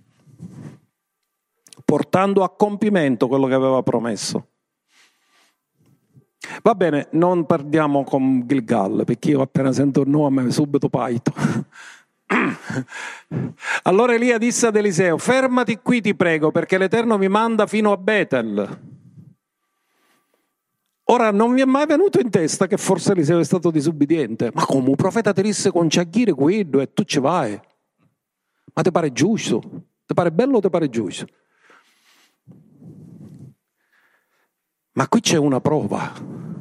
portando a compimento quello che aveva promesso. Va bene, non parliamo con Gilgal, perché io appena sento il nome subito paito. Allora Elia disse ad Eliseo: fermati qui, ti prego, perché l'Eterno mi manda fino a Betel. Ora, non mi è mai venuto in testa che forse Eliseo è stato disubbidiente. Ma come un profeta ti disse con ciaghire quello e tu ci vai? Ma ti pare giusto? Ti pare bello o ti pare giusto? Ma qui c'è una prova.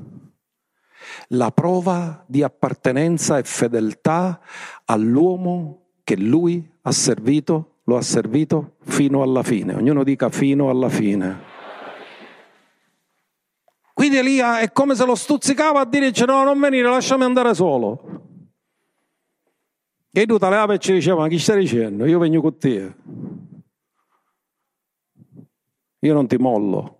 La prova di appartenenza e fedeltà all'uomo che lui ha servito, lo ha servito fino alla fine. Ognuno dica fino alla fine. Quindi Elia è come se lo stuzzicava a dire: no, non venire, lasciami andare solo. E tu te le e ci diceva: ma chi stai dicendo? Io vengo con te. Io non ti mollo.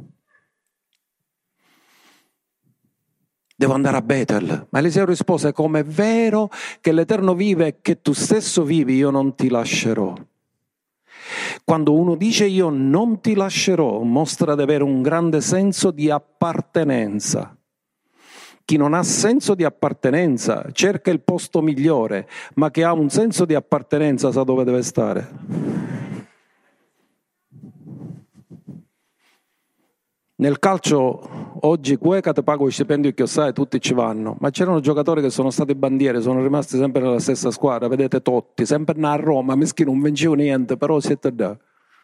Devo andare a Betel. Ma Eliseo rispose: come è vero che l'Eterno vive e che tu stesso vivi, io non ti lascerò. Quando uno dice io non ti lascerò, mostra di avere un grande senso di appartenenza. Chi non ha senso di appartenenza cerca il posto migliore, ma chi ha un senso di appartenenza sa dove deve stare. Nel calcio oggi Cueca ti paga lo stipendio che sai, tutti ci vanno, ma c'erano giocatori che sono stati bandiere, sono rimasti sempre nella stessa squadra, vedete Totti, sempre a Roma, mischi non vinceva niente, però siete là.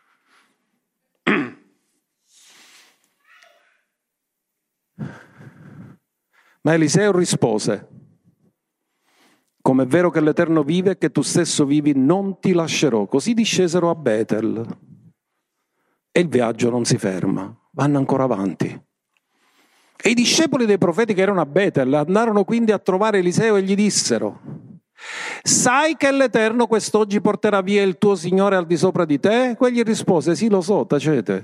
Ma Eliseo rispose: come è vero che l'Eterno vive e che tu stesso vivi, non ti lascerò. Così discesero a Betel e il viaggio non si ferma. Vanno ancora avanti. E i discepoli dei profeti che erano a Betel andarono quindi a trovare Eliseo e gli dissero: sai che l'Eterno quest'oggi porterà via il tuo Signore al di sopra di te? Quegli rispose: sì, lo so, tacete.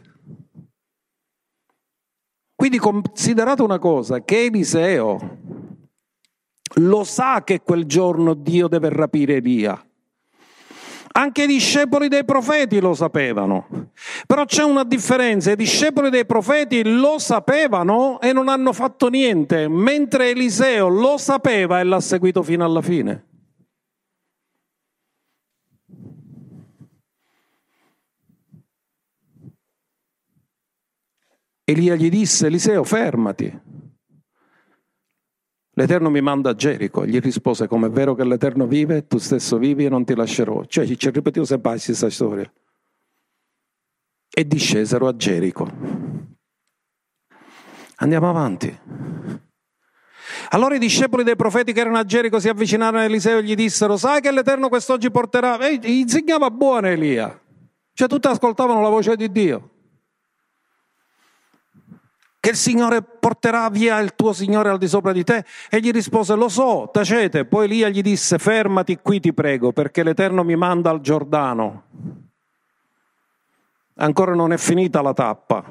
Quindi considerate una cosa, che Eliseo lo sa che quel giorno Dio deve rapire Elia. Anche i discepoli dei profeti lo sapevano. Però c'è una differenza: i discepoli dei profeti lo sapevano e non hanno fatto niente, mentre Eliseo lo sapeva e l'ha seguito fino alla fine. Elia gli disse: Eliseo, fermati. L'Eterno mi manda a Gerico. Gli rispose: come è vero che l'Eterno vive, tu stesso vivi e non ti lascerò. Cioè ci ripetivo sempre questa storia. E discesero a Gerico. Andiamo avanti. Allora i discepoli dei profeti che erano a Gerico si avvicinarono a Eliseo e gli dissero: sai che l'Eterno quest'oggi porterà... E gli insegnava buono Elia. Cioè tutti ascoltavano la voce di Dio. Che il Signore porterà via il tuo Signore al di sopra di te? E gli rispose: lo so, tacete. Poi Elia gli disse: fermati qui, ti prego, perché l'Eterno mi manda al Giordano. Ancora non è finita la tappa.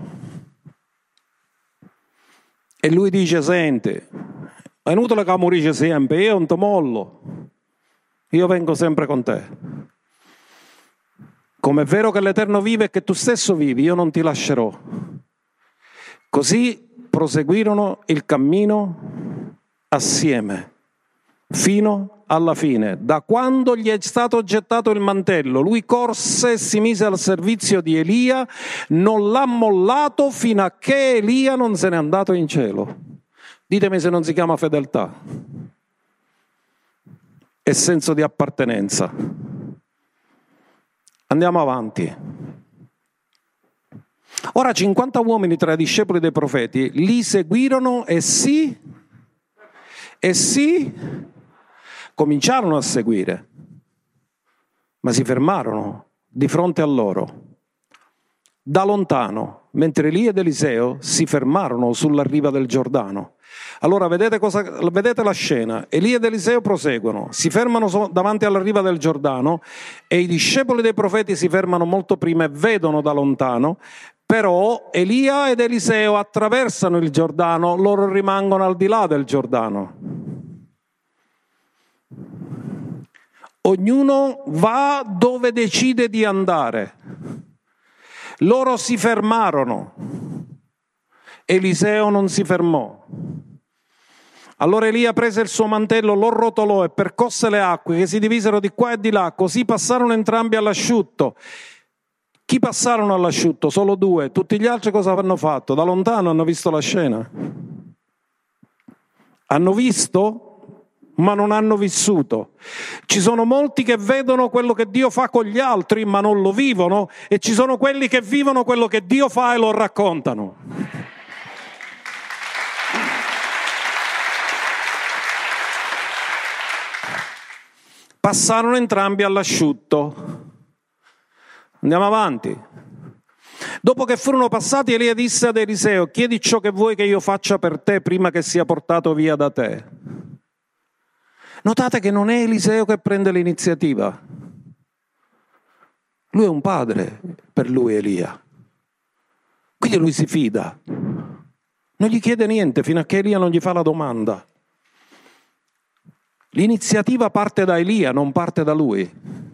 E lui dice: senti, è inutile che morisce sempre, io non ti mollo, io vengo sempre con te. Come è vero che l'Eterno vive e che tu stesso vivi, io non ti lascerò. Così proseguirono il cammino assieme fino alla fine. Da quando gli è stato gettato il mantello, lui corse e si mise al servizio di Elia, non l'ha mollato fino a che Elia non se n'è andato in cielo. Ditemi se non si chiama fedeltà e senso di appartenenza. Andiamo avanti. Ora cinquanta uomini tra i discepoli dei profeti li seguirono e si, e si cominciarono a seguire, ma si fermarono di fronte a loro. Da lontano, mentre Elia ed Eliseo si fermarono sulla riva del Giordano. Allora vedete, cosa, vedete la scena, Elia ed Eliseo proseguono, si fermano davanti alla riva del Giordano e i discepoli dei profeti si fermano molto prima e vedono da lontano, però Elia ed Eliseo attraversano il Giordano, loro rimangono al di là del Giordano. Ognuno va dove decide di andare. Loro si fermarono, Eliseo non si fermò. Allora Elia prese il suo mantello, lo rotolò e percosse le acque che si divisero di qua e di là, così passarono entrambi all'asciutto. Chi passarono all'asciutto? Solo due. Tutti gli altri cosa hanno fatto? Da lontano hanno visto la scena. Hanno visto, ma non hanno vissuto. Ci sono molti che vedono quello che Dio fa con gli altri, ma non lo vivono, e ci sono quelli che vivono quello che Dio fa e lo raccontano. Passarono entrambi all'asciutto. Andiamo avanti. Dopo che furono passati, Elia disse ad Eliseo: chiedi ciò che vuoi che io faccia per te prima che sia portato via da te. Notate che non è Eliseo che prende l'iniziativa. Lui è un padre per lui, Elia. Quindi lui si fida. Non gli chiede niente fino a che Elia non gli fa la domanda. L'iniziativa parte da Elia, non parte da lui.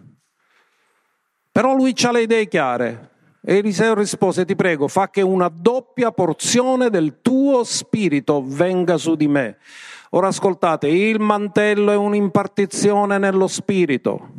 Però lui ha le idee chiare. E Eliseo rispose: ti prego, fa che una doppia porzione del tuo spirito venga su di me. Ora ascoltate, il mantello è un'impartizione nello spirito.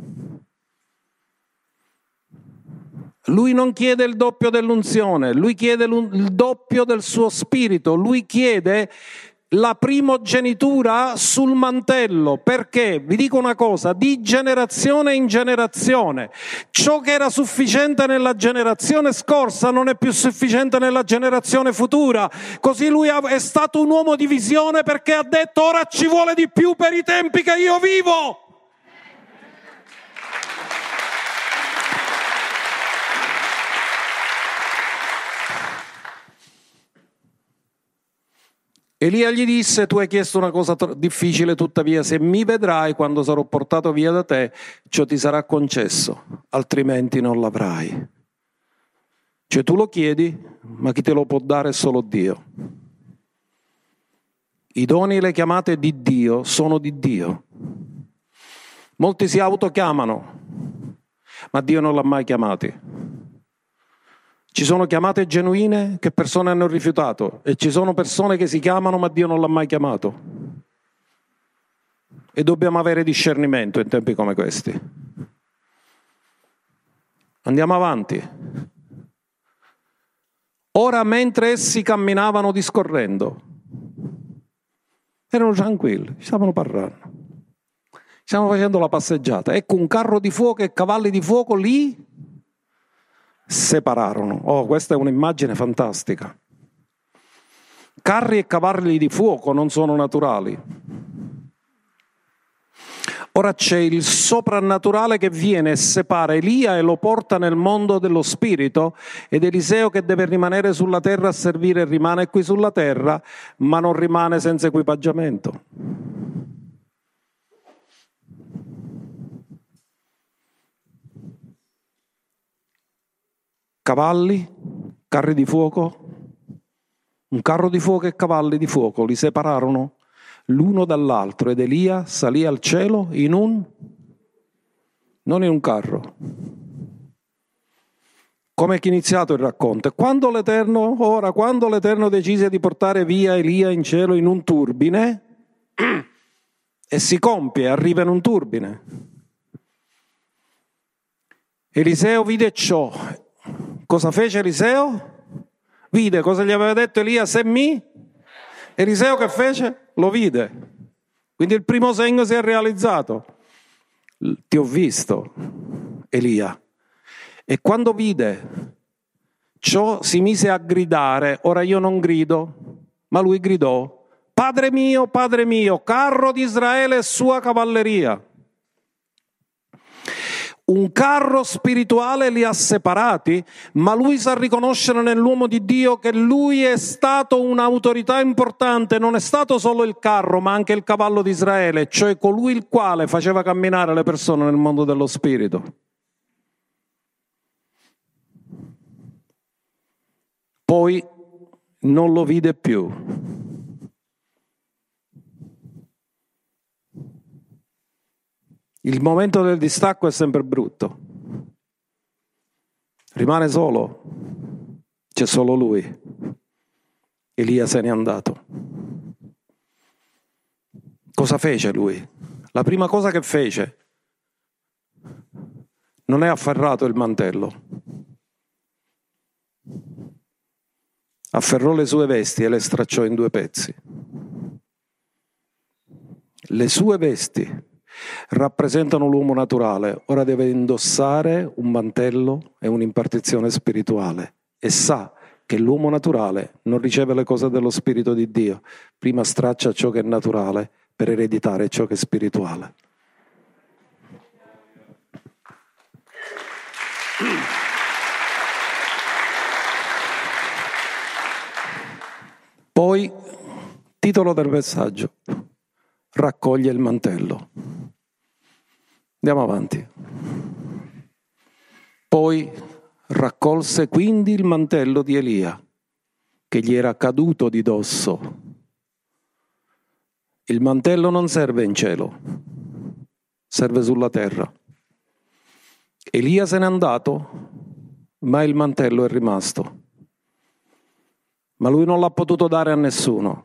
Lui non chiede il doppio dell'unzione, lui chiede il doppio del suo spirito, lui chiede la primogenitura sul mantello. Perché? Vi dico una cosa, di generazione in generazione. Ciò che era sufficiente nella generazione scorsa non è più sufficiente nella generazione futura. Così lui è stato un uomo di visione, perché ha detto: ora ci vuole di più per i tempi che io vivo. Elia gli disse: tu hai chiesto una cosa difficile, tuttavia se mi vedrai quando sarò portato via da te, ciò ti sarà concesso, altrimenti non l'avrai. Cioè tu lo chiedi, ma chi te lo può dare è solo Dio. I doni e le chiamate di Dio sono di Dio. Molti si autochiamano, ma Dio non l'ha mai chiamati. Ci sono chiamate genuine che persone hanno rifiutato e ci sono persone che si chiamano ma Dio non l'ha mai chiamato. E dobbiamo avere discernimento in tempi come questi. Andiamo avanti. Ora mentre essi camminavano discorrendo, erano tranquilli, stavano parlando, stavano facendo la passeggiata. Ecco un carro di fuoco e cavalli di fuoco lì separarono. Oh, questa è un'immagine fantastica. Carri e cavalli di fuoco non sono naturali. Ora c'è il soprannaturale che viene e separa Elia e lo porta nel mondo dello spirito, ed Eliseo che deve rimanere sulla terra a servire rimane qui sulla terra, ma non rimane senza equipaggiamento. Cavalli, carri di fuoco, un carro di fuoco e cavalli di fuoco li separarono l'uno dall'altro, ed Elia salì al cielo in un, non in un carro. Come è iniziato il racconto? E quando l'Eterno, ora, quando l'Eterno decise di portare via Elia in cielo in un turbine, e si compie, arriva in un turbine. Eliseo vide ciò. Cosa fece Eliseo? Vide cosa gli aveva detto Elia, se mi? Eliseo che fece? Lo vide. Quindi il primo segno si è realizzato. Ti ho visto, Elia. E quando vide ciò si mise a gridare. Ora io non grido, ma lui gridò: Padre mio, Padre mio, carro di Israele e sua cavalleria. Un carro spirituale li ha separati, ma lui sa riconoscere nell'uomo di Dio che lui è stato un'autorità importante, non è stato solo il carro, ma anche il cavallo di Israele, cioè colui il quale faceva camminare le persone nel mondo dello spirito. Poi non lo vide più. Il momento del distacco è sempre brutto. Rimane solo. C'è solo lui. Elia se n'è andato. Cosa fece lui? La prima cosa che fece non è afferrato il mantello. Afferrò le sue vesti e le stracciò in due pezzi. Le sue vesti rappresentano l'uomo naturale, ora deve indossare un mantello e un'impartizione spirituale e sa che l'uomo naturale non riceve le cose dello Spirito di Dio, prima straccia ciò che è naturale per ereditare ciò che è spirituale. Poi, titolo del messaggio: raccoglie il mantello. Andiamo avanti. Poi raccolse quindi il mantello di Elia, che gli era caduto di dosso. Il mantello non serve in cielo, serve sulla terra. Elia se n'è andato, ma il mantello è rimasto. Ma lui non l'ha potuto dare a nessuno.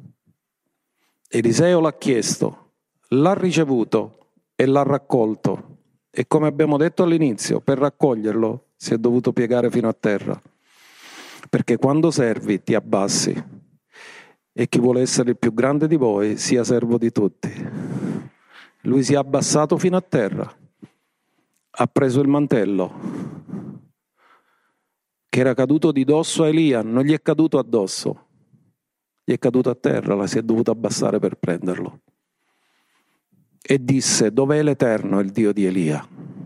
Eliseo l'ha chiesto, l'ha ricevuto e l'ha raccolto. E come abbiamo detto all'inizio, per raccoglierlo si è dovuto piegare fino a terra. Perché quando servi ti abbassi e chi vuole essere il più grande di voi sia servo di tutti. Lui si è abbassato fino a terra, ha preso il mantello che era caduto di dosso a Elia, non gli è caduto addosso, gli è caduto a terra, la si è dovuto abbassare per prenderlo. E disse: dov'è l'Eterno, il Dio di Elia?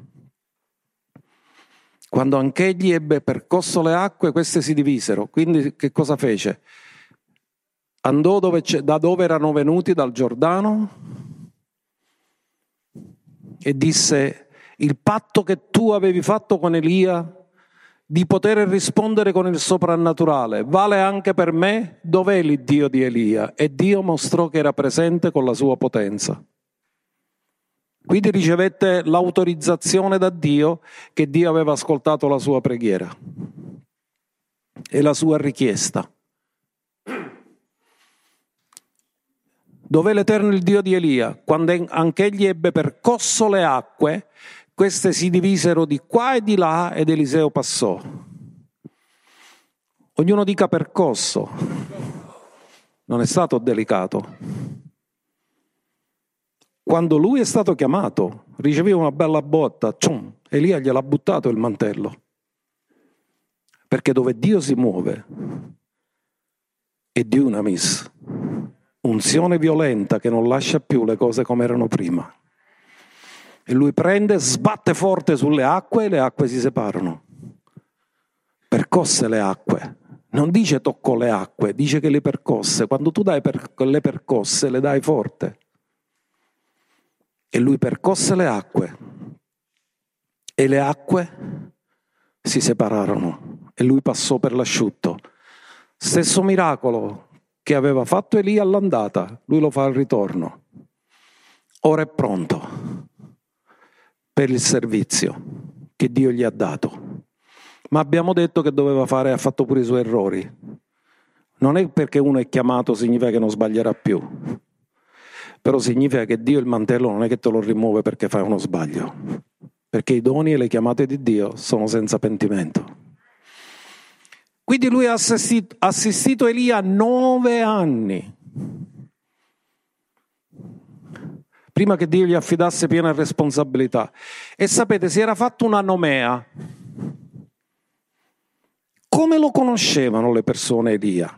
Quando anch'egli ebbe percosso le acque, queste si divisero. Quindi che cosa fece? Andò dove da dove erano venuti, dal Giordano, e disse: il patto che tu avevi fatto con Elia di poter rispondere con il soprannaturale vale anche per me? Dov'è l'Iddio di Elia? E Dio mostrò che era presente con la sua potenza. Quindi ricevette l'autorizzazione da Dio che Dio aveva ascoltato la sua preghiera e la sua richiesta. Dov'è l'Eterno, il Dio di Elia? Quando anch'egli ebbe percosso le acque, queste si divisero di qua e di là ed Eliseo passò. Ognuno dica percosso. Non è stato delicato. Quando lui è stato chiamato, riceveva una bella botta, cium, Elia gliel'ha buttato il mantello. Perché dove Dio si muove è di una miss. Unzione violenta che non lascia più le cose come erano prima. E lui prende, sbatte forte sulle acque e le acque si separano. Percosse le acque. Non dice toccò le acque, dice che le percosse. Quando tu dai per, le percosse, le dai forte. E lui percosse le acque. E le acque si separarono. E lui passò per l'asciutto. Stesso miracolo che aveva fatto Elia all'andata, lui lo fa al ritorno. Ora è pronto per il servizio che Dio gli ha dato. Ma abbiamo detto che doveva fare, ha fatto pure i suoi errori. Non è perché uno è chiamato significa che non sbaglierà più. Però significa che Dio il mantello non è che te lo rimuove perché fai uno sbaglio, perché i doni e le chiamate di Dio sono senza pentimento. Quindi lui ha assistito, assistito Elia nove anni, prima che Dio gli affidasse piena responsabilità. E sapete, si era fatto una nomea. Come lo conoscevano le persone Elia?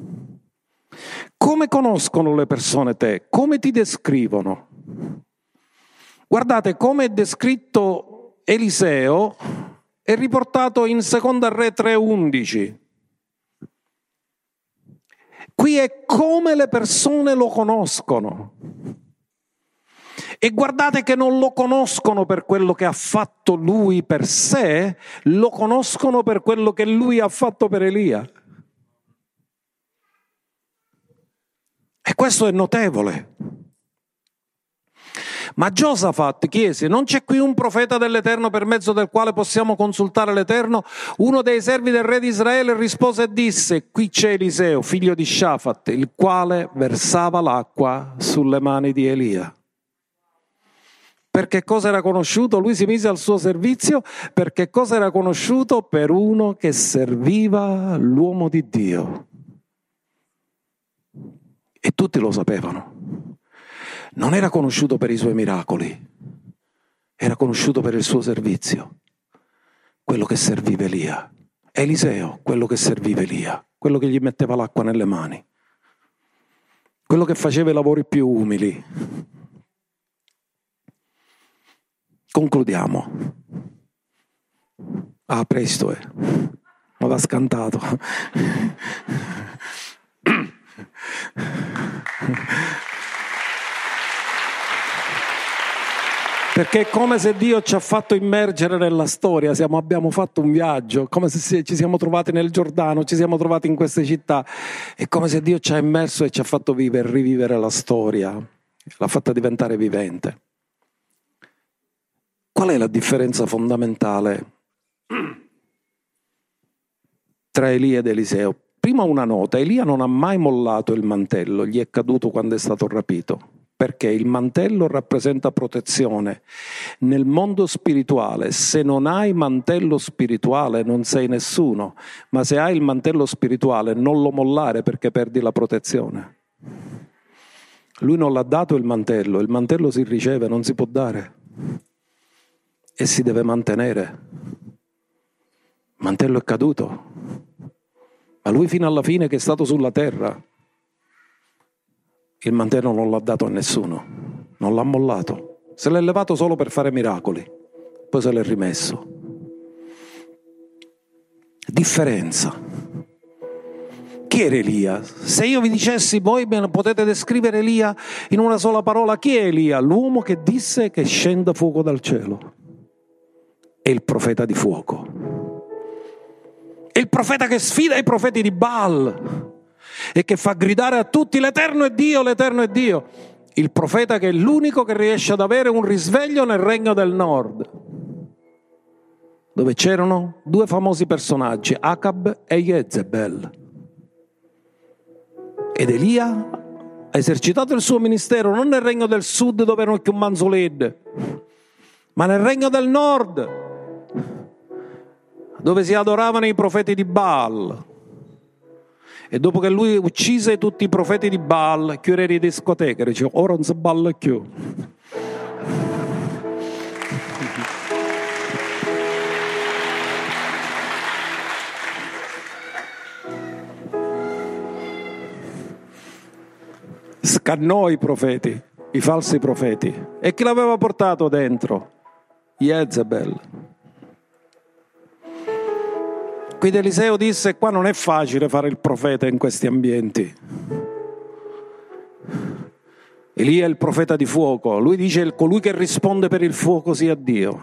Come conoscono le persone te? Come ti descrivono? Guardate, come è descritto Eliseo, è riportato in Seconda Re tre undici. Qui è come le persone lo conoscono. E guardate che non lo conoscono per quello che ha fatto lui per sé, lo conoscono per quello che lui ha fatto per Elia. E questo è notevole. Ma Giosafat chiese: non c'è qui un profeta dell'Eterno per mezzo del quale possiamo consultare l'Eterno? Uno dei servi del re di Israele rispose e disse: qui c'è Eliseo, figlio di Shafat, il quale versava l'acqua sulle mani di Elia. Perché cosa era conosciuto? Lui si mise al suo servizio perché cosa era conosciuto? Per uno che serviva l'uomo di Dio. E tutti lo sapevano. Non era conosciuto per i suoi miracoli, era conosciuto per il suo servizio, quello che serviva Elia. Eliseo, quello che serviva Elia, quello che gli metteva l'acqua nelle mani, quello che faceva i lavori più umili. Concludiamo. Ah, presto, eh. Ma va scantato. Perché è come se Dio ci ha fatto immergere nella storia, siamo, abbiamo fatto un viaggio, come se ci siamo trovati nel Giordano, ci siamo trovati in queste città, è come se Dio ci ha immerso e ci ha fatto vivere, rivivere la storia, l'ha fatta diventare vivente. Qual è la differenza fondamentale tra Elia ed Eliseo? Prima una nota: Elia non ha mai mollato il mantello, gli è caduto quando è stato rapito. Perché il mantello rappresenta protezione. Nel mondo spirituale, se non hai mantello spirituale non sei nessuno, ma se hai il mantello spirituale non lo mollare perché perdi la protezione. Lui non l'ha dato il mantello, il mantello si riceve, non si può dare e si deve mantenere. Il mantello è caduto, ma lui fino alla fine che è stato sulla terra, il mantello non l'ha dato a nessuno, non l'ha mollato, se l'è levato solo per fare miracoli, poi se l'è rimesso. Differenza. Chi era Elia? Se io vi dicessi, voi potete descrivere Elia in una sola parola, chi è Elia? L'uomo che disse che scenda fuoco dal cielo. È il profeta di fuoco. È il profeta che sfida i profeti di Baal e che fa gridare a tutti: l'Eterno è Dio, l'Eterno è Dio. Il profeta che è l'unico che riesce ad avere un risveglio nel regno del nord, dove c'erano due famosi personaggi, Acab e Jezebel. Ed Elia ha esercitato il suo ministero non nel regno del sud dove erano più manzolid, ma nel regno del nord, dove si adoravano i profeti di Baal. E dopo che lui uccise tutti i profeti di Baal, chiudeva le discoteche, diceva: ora non si balla più. Scannò i profeti, i falsi profeti. E chi l'aveva portato dentro? Jezebel. Quindi Eliseo disse: qua non è facile fare il profeta in questi ambienti. Elia è il profeta di fuoco. Lui dice: colui che risponde per il fuoco sia Dio.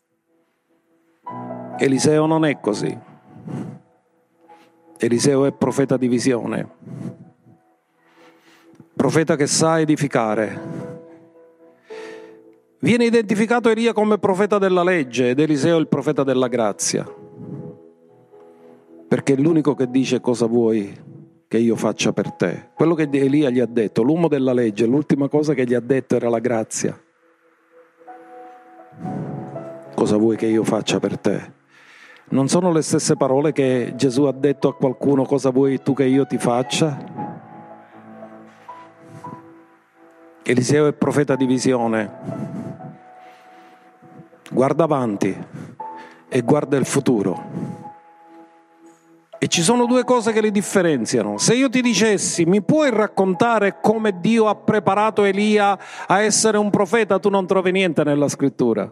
Eliseo non è così. Eliseo è profeta di visione. Profeta che sa edificare. Viene identificato Elia come profeta della legge ed Eliseo il profeta della grazia. Perché è l'unico che dice cosa vuoi che io faccia per te? Quello che Elia gli ha detto, l'uomo della legge, l'ultima cosa che gli ha detto era la grazia. Cosa vuoi che io faccia per te? Non sono le stesse parole che Gesù ha detto a qualcuno, cosa vuoi tu che io ti faccia? Eliseo è profeta di visione. Guarda avanti e guarda il futuro. E ci sono due cose che li differenziano. Se io ti dicessi, mi puoi raccontare come Dio ha preparato Elia a essere un profeta, tu non trovi niente nella scrittura.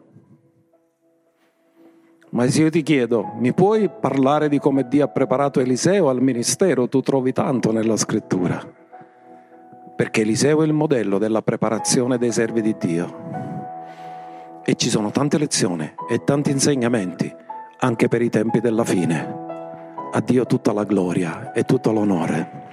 Ma se io ti chiedo, mi puoi parlare di come Dio ha preparato Eliseo al ministero, tu trovi tanto nella scrittura. Perché Eliseo è il modello della preparazione dei servi di Dio. E ci sono tante lezioni e tanti insegnamenti, anche per i tempi della fine. A Dio tutta la gloria e tutto l'onore.